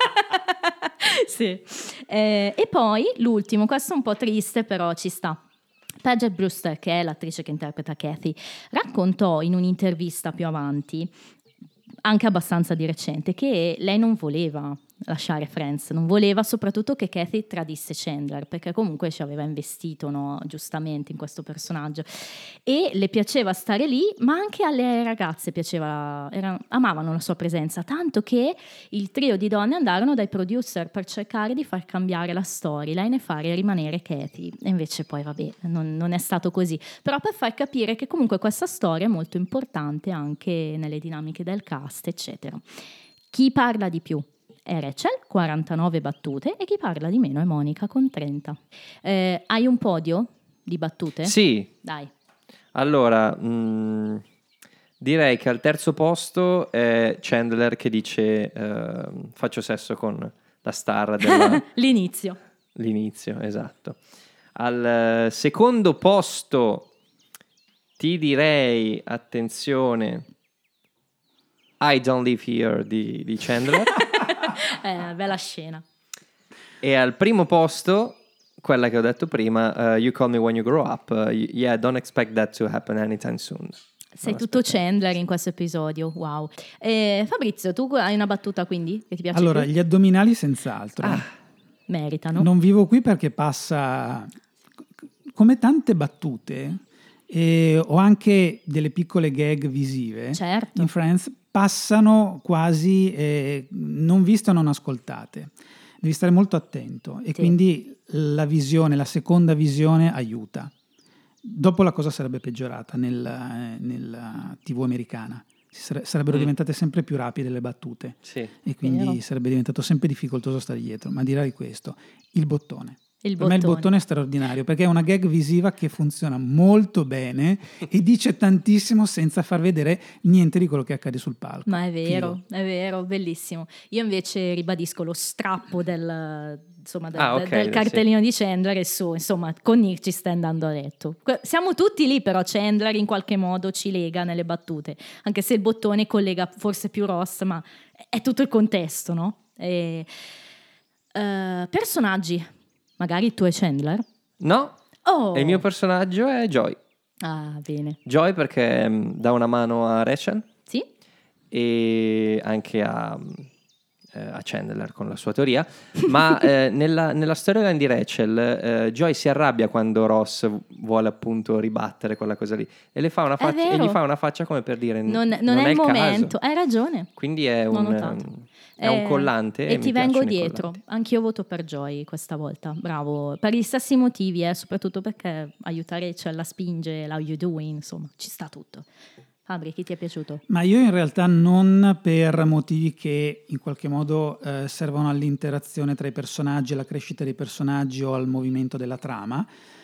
Sì. Eh, e poi l'ultimo, questo è un po' triste però ci sta. Paget Brewster, che è l'attrice che interpreta Kathy, raccontò in un'intervista più avanti, anche abbastanza di recente, che lei non voleva lasciare Friends, non voleva soprattutto che Kathy tradisse Chandler, perché comunque ci aveva investito, no, giustamente in questo personaggio, e le piaceva stare lì, ma anche alle ragazze piaceva, era, amavano la sua presenza, tanto che il trio di donne andarono dai producer per cercare di far cambiare la storyline e fare rimanere Kathy, e invece poi vabbè non, non è stato così, però per far capire che comunque questa storia è molto importante anche nelle dinamiche del cast eccetera. Chi parla di più è Rachel, quarantanove battute, e chi parla di meno è Monica con trenta. Eh, hai un podio di battute? Sì. Dai. Allora, mh, direi che al terzo posto è Chandler che dice uh, faccio sesso con la star della... L'inizio. L'inizio, esatto. Al uh, secondo posto ti direi, attenzione, I Don't Live Here di, di Chandler. Eh, bella scena. E al primo posto, quella che ho detto prima, uh, You Call Me When You Grow Up, uh, yeah, don't expect that to happen anytime soon. Sei tutto Chandler in questo episodio, wow. Eh, Fabrizio, tu hai una battuta quindi che ti piace Allora, più? gli addominali senz'altro. Ah. Meritano. Non vivo qui perché passa, come tante battute, e ho anche delle piccole gag visive certo. in Friends, passano quasi eh, non viste o non ascoltate. Devi stare molto attento e sì. Quindi la visione, la seconda visione aiuta. Dopo la cosa sarebbe peggiorata nel, nella tivù americana. Sarebbero mm. diventate sempre più rapide le battute sì. E quindi Vero. Sarebbe diventato sempre difficoltoso stare dietro. Ma direi questo, il bottone. Il per me il bottone è straordinario perché è una gag visiva che funziona molto bene e dice tantissimo senza far vedere niente di quello che accade sul palco. Ma è vero, Figo. È vero, bellissimo. Io invece ribadisco lo strappo del, insomma, del, ah, okay, del cartellino sì. di Chandler e su, insomma, con Nick ci sta andando a letto. Siamo tutti lì, però Chandler in qualche modo ci lega nelle battute, anche se il bottone collega forse più Ross, ma è tutto il contesto, no? E, uh, personaggi. Magari il tuo è Chandler? No, oh. il mio personaggio è Joy. Ah, bene. Joy perché mh, dà una mano a Rachel. Sì. e anche a, eh, a Chandler con la sua teoria, ma eh, nella, nella storyline di Rachel eh, Joy si arrabbia quando Ross vuole appunto ribattere quella cosa lì e, le fa una faccia, e gli fa una faccia come per dire non, non, non è, è il caso. momento, hai ragione. Quindi è L'ho un, notato. è un collante e, e ti mi vengo piacciono i dietro, collanti. anch'io voto per Joy questa volta, bravo, per gli stessi motivi, eh, soprattutto perché aiuta Rachel, la spinge, la you doing, insomma ci sta tutto. Fabri, chi ti è piaciuto? Ma io in realtà non per motivi che in qualche modo eh, servono all'interazione tra i personaggi, alla crescita dei personaggi o al movimento della trama,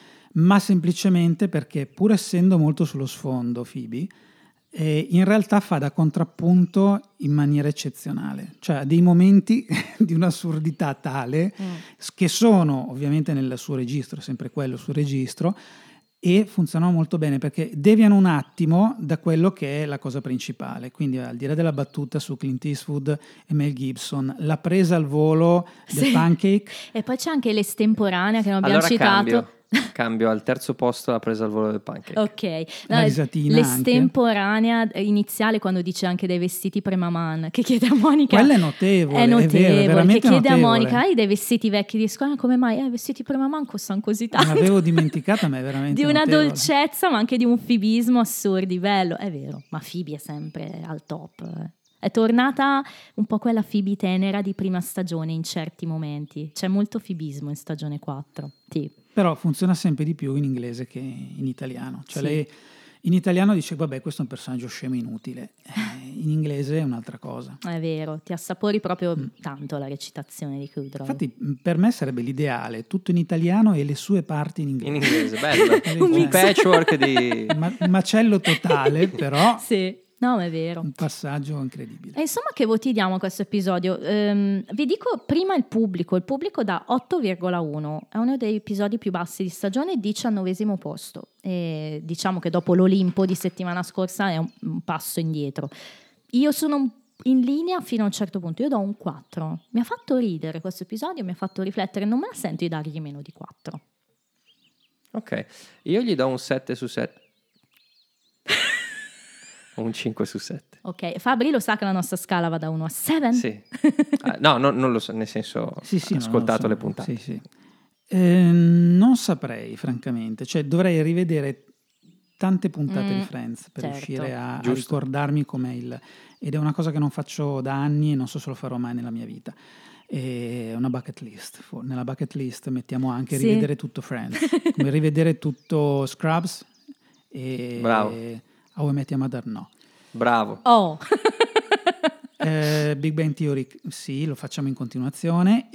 ma semplicemente perché, pur essendo molto sullo sfondo Phoebe, eh, in realtà fa da contrappunto in maniera eccezionale, cioè ha dei momenti di un'assurdità tale mm. che sono ovviamente nel suo registro, sempre quello il suo registro, e funzionano molto bene perché deviano un attimo da quello che è la cosa principale. Quindi al di là della battuta su Clint Eastwood e Mel Gibson, la presa al volo del sì. pancake, e poi c'è anche l'estemporanea che non abbiamo allora citato. Cambio. Cambio al terzo posto la presa al volo del pancake. Ok, la no, risatina l'estemporanea anche. Iniziale quando dice anche dei vestiti premaman, che chiede a Monica. Quella è notevole, è notevole, è vero, è veramente che chiede notevole. a Monica, hai dei vestiti vecchi di scuola, come mai? Eh, i vestiti premaman costano così tanto. Non l'avevo dimenticata, ma è veramente di una notevole. dolcezza, ma anche di un fibismo assurdi, bello, è vero, ma Phoebe è sempre al top. Eh. È tornata un po' quella Phoebe tenera di prima stagione in certi momenti. C'è molto fibismo in stagione quattro. Sì. Però funziona sempre di più in inglese che in italiano. Cioè sì. lei in italiano dice vabbè, questo è un personaggio scemo inutile. Eh, in inglese è un'altra cosa. È vero, ti assapori proprio mm. tanto la recitazione di Kudrow. Infatti per me sarebbe l'ideale, tutto in italiano e le sue parti in inglese. In inglese, bello. un, un patchwork di... Ma, un macello totale, però... sì. No, è vero. Un passaggio incredibile. E insomma, che voti diamo a questo episodio? Ehm, vi dico prima il pubblico. Il pubblico dà otto virgola uno. È uno degli episodi più bassi di stagione, diciannovesimo posto. E diciamo che dopo l'Olimpo di settimana scorsa è un, un passo indietro. Io sono in linea fino a un certo punto. Io do un quattro. Mi ha fatto ridere questo episodio, mi ha fatto riflettere. Non me la sento di dargli meno di quattro. Ok, io gli do un sette su sette. Un cinque su sette. Ok, Fabri lo sa che la nostra scala va da uno a sette? Sì. Ah, no, no, non lo so, nel senso sì, sì, ho ascoltato so. le puntate. Sì, sì. Eh, non saprei, francamente. Cioè, dovrei rivedere tante puntate mm, di Friends per certo. riuscire a, a ricordarmi com'è il... Ed è una cosa che non faccio da anni e non so se lo farò mai nella mia vita. È una bucket list. Nella bucket list mettiamo anche sì. rivedere tutto Friends, come rivedere tutto Scrubs e... Bravo. How I Met Your Mother no. Bravo. Oh. eh, Big Bang Theory sì, lo facciamo in continuazione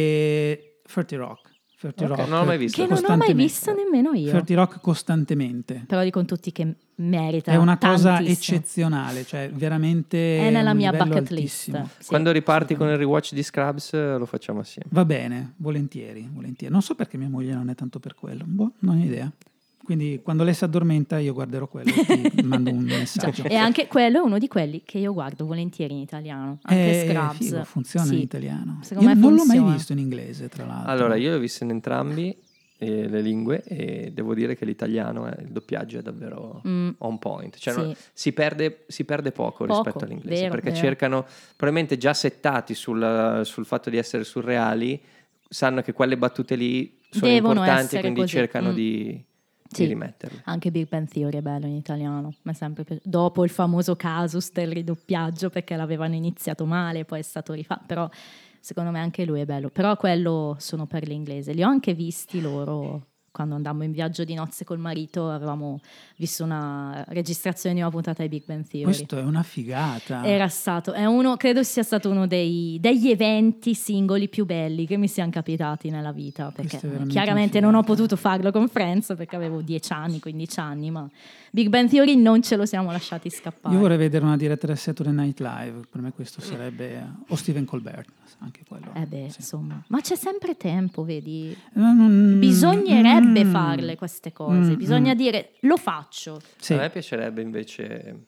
e thirty Rock. thirty Okay, Rock non l'ho mai visto. Che non ho mai visto nemmeno io. thirty Rock costantemente. Però dicono tutti che merita. È una cosa tantissimo. Eccezionale, cioè veramente è nella un mia livello bucket altissimo. list. Sì. Quando riparti con il rewatch di Scrubs lo facciamo assieme. Va bene, volentieri, volentieri. Non so perché mia moglie non è tanto per quello. Boh, non ho idea. Quindi quando lei si addormenta io guarderò quello e ti mando un messaggio. E anche quello è uno di quelli che io guardo volentieri in italiano. Anche eh, Scrubs. Figo, funziona sì. in italiano. Secondo io me non funziona. l'ho mai visto in inglese, tra l'altro. Allora, io l'ho visto in entrambi eh, le lingue e devo dire che l'italiano, è, il doppiaggio è davvero mm. on point. Cioè, sì. non, si, perde, si perde poco, poco rispetto all'inglese, vero, perché vero. cercano, probabilmente già settati sul, sul fatto di essere surreali, sanno che quelle battute lì sono Devono importanti, quindi così. cercano mm. di... Sì, rimetterli. Anche Big Bang Theory è bello in italiano, mi è sempre piaciuto. Dopo il famoso casus del ridoppiaggio perché l'avevano iniziato male, poi è stato rifatto, però secondo me anche lui è bello. Però quello sono per l'inglese. Li ho anche visti loro quando andammo in viaggio di nozze col marito, avevamo visto una registrazione di una puntata di Big Bang Theory. Questo è una figata. Era stato, è uno, credo sia stato uno dei, degli eventi singoli più belli che mi siano capitati nella vita, perché chiaramente non ho potuto farlo con Friends perché avevo dieci anni, quindici anni, ma Big Bang Theory non ce lo siamo lasciati scappare. Io vorrei vedere una diretta del Saturday Night Live, per me questo sarebbe, o Stephen Colbert, anche quello. Eh beh, sì. insomma, ma c'è sempre tempo, vedi? Mm, Bisognerebbe mm, farle queste cose, mm, bisogna mm. dire lo faccio. Sì. A me piacerebbe invece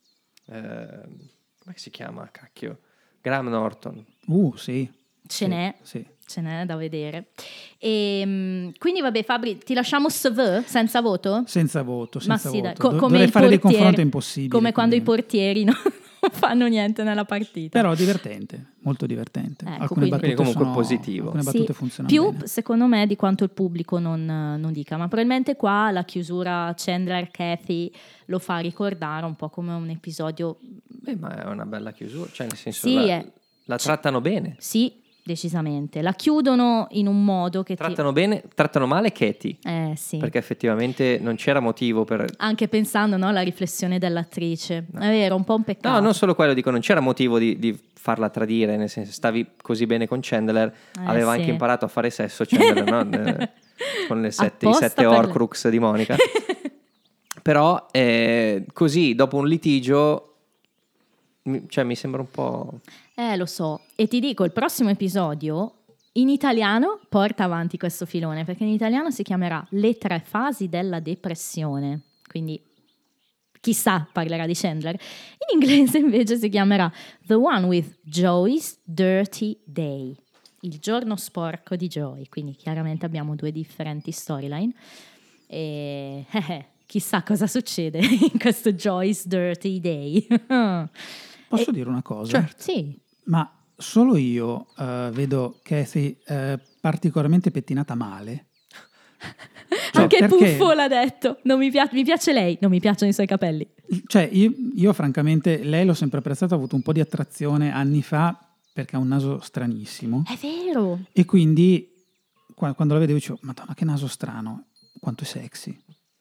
eh, come si chiama, cacchio? Graham Norton. Uh, sì. Ce sì, n'è. Sì. Ce n'è da vedere. E, quindi vabbè, Fabri, ti lasciamo S V senza voto? Senza voto, senza Ma sì, voto. dai, co- Do- come dovrei il fare portiere, dei confronti impossibili. come quando i portieri no? non fanno niente nella partita. Però divertente, molto divertente. Ecco, alcune quindi- battute Quindi comunque sono, positivo. alcune Sì, battute funzionano più bene. secondo me di quanto il pubblico non, non dica, ma probabilmente qua la chiusura Chandler-Kathy lo fa ricordare un po' come un episodio. Beh, ma è una bella chiusura, cioè nel senso Sì, la, è- la trattano bene. Sì, decisamente. La chiudono in un modo che Trattano bene, trattano male Katie, ti... Eh sì. perché effettivamente non c'era motivo per... Anche pensando, no, alla riflessione dell'attrice. È vero, un po' un peccato. No, non solo quello, dico, non c'era motivo di, di farla tradire, nel senso, stavi così bene con Chandler, Eh, aveva sì. anche imparato a fare sesso Chandler, no? Eh, con le sette, i Apposta sette per le- Horcrux di Monica. Però eh, così, dopo un litigio, mi- cioè mi sembra un po'... Eh, lo so. E ti dico, il prossimo episodio in italiano porta avanti questo filone, perché in italiano si chiamerà Le tre fasi della depressione. Quindi chissà, parlerà di Chandler. In inglese invece si chiamerà The One with Joey's Dirty Day. Il giorno sporco di Joey. Quindi chiaramente abbiamo due differenti storyline. E eh, eh, chissà cosa succede in questo Joey's Dirty Day. Posso E- dire una cosa? Sì. Ma solo io eh, vedo Kathy eh, particolarmente pettinata male. Cioè, Anche il perché- Puffo l'ha detto. Non mi, pia- mi piace lei, non mi piacciono i suoi capelli. Cioè, io, io francamente, lei l'ho sempre apprezzata, ho avuto un po' di attrazione anni fa perché ha un naso stranissimo. È vero. E quindi qua- quando la vedevo dicevo, Madonna, che naso strano, quanto è sexy.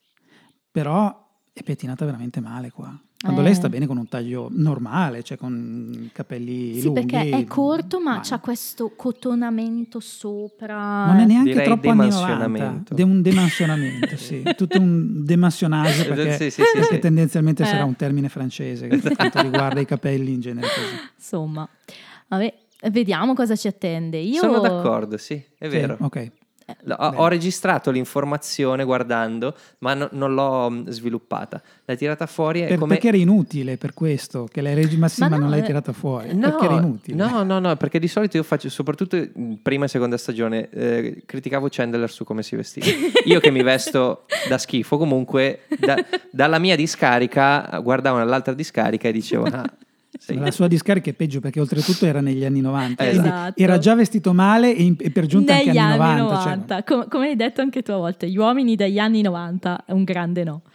Però è pettinata veramente male qua. Quando Eh. lei sta bene con un taglio normale, cioè con i capelli Sì, lunghi. perché è corto, ma male. c'ha questo cotonamento sopra. Non è neanche Direi troppo anni novanta. demansionamento. De un demansionamento, sì. Tutto un demansionage perché, Sì, sì, sì, perché sì. tendenzialmente Eh. sarà un termine francese per quanto riguarda i capelli in genere così. Insomma, vabbè, vediamo cosa ci attende. Io Sono d'accordo, sì, è vero. Sì, ok. L- Ho, ho registrato l'informazione guardando, ma no- non l'ho mh, sviluppata. L'hai tirata fuori e Per- come... Perché era inutile per questo che la Regi Massima Ma no, non l'hai eh, tirata fuori. No, perché era inutile. no, no, no, perché di solito io faccio, soprattutto in prima e seconda stagione, eh, criticavo Chandler su come si vestiva. Io che mi vesto da schifo, comunque da- dalla mia discarica guardavo nell'altra discarica e dicevo, ah, sì. La sua discarica è peggio perché oltretutto era negli anni novanta. quindi Esatto. era già vestito male e, in- e per giunta negli anche anni anni novanta. cioè- novanta, Com- come hai detto anche tu a volte, gli uomini degli anni novanta è un grande no.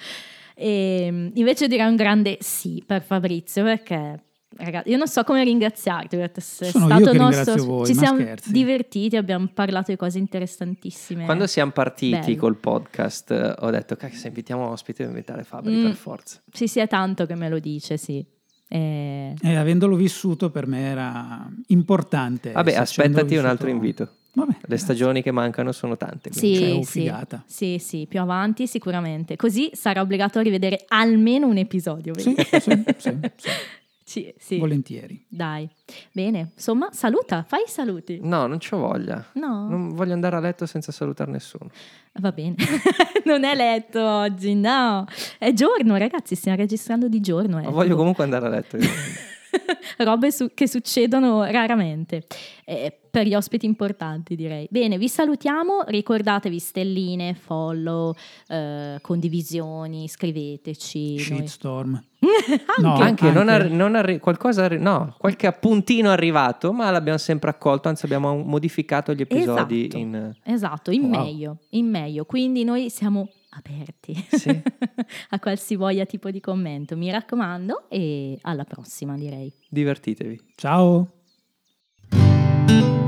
E, invece direi un grande sì per Fabrizio, perché ragazzi, io non so come ringraziarti, perché sei Sono stato io che nostro, ringrazio voi, ci ma siamo scherzi. divertiti, abbiamo parlato di cose interessantissime. Quando siamo partiti Bello. col podcast eh, ho detto, cacchio, se invitiamo ospite devo invitare Fabri Mm. per forza. Sì, sì, è tanto che me lo dice, sì. E... E avendolo vissuto per me era importante. Vabbè, esserci, aspettati avendolo un altro vissuto- invito. Vabbè, Le grazie. stagioni che mancano sono tante. quindi- Sì, Cioè, oh, sì, figata. sì, sì, più avanti sicuramente. Così sarà obbligato a rivedere almeno un episodio. Sì, vedi? sì, sì, sì, Sì, sì. volentieri. Dai, bene. Insomma, saluta, fai i saluti. No, non c'ho voglia. No, Non voglio andare a letto senza salutare nessuno. va bene. Non è letto oggi, no. È giorno, ragazzi, stiamo registrando di giorno. Ma eh. voglio comunque andare a letto. io. Robe su- che succedono raramente, eh, per gli ospiti importanti direi. Bene, vi salutiamo, ricordatevi stelline, follow, eh, condivisioni, scriveteci. Noi- Shitstorm. Anche. No, Anche, non, anche- arri- non arri- qualcosa, arri- no, qualche appuntino è arrivato, ma l'abbiamo sempre accolto, anzi abbiamo modificato gli episodi Esatto. in... Esatto, in Wow. meglio, in meglio. Quindi noi siamo aperti Sì. a qualsivoglia tipo di commento. Mi raccomando e alla prossima direi. Divertitevi. Ciao.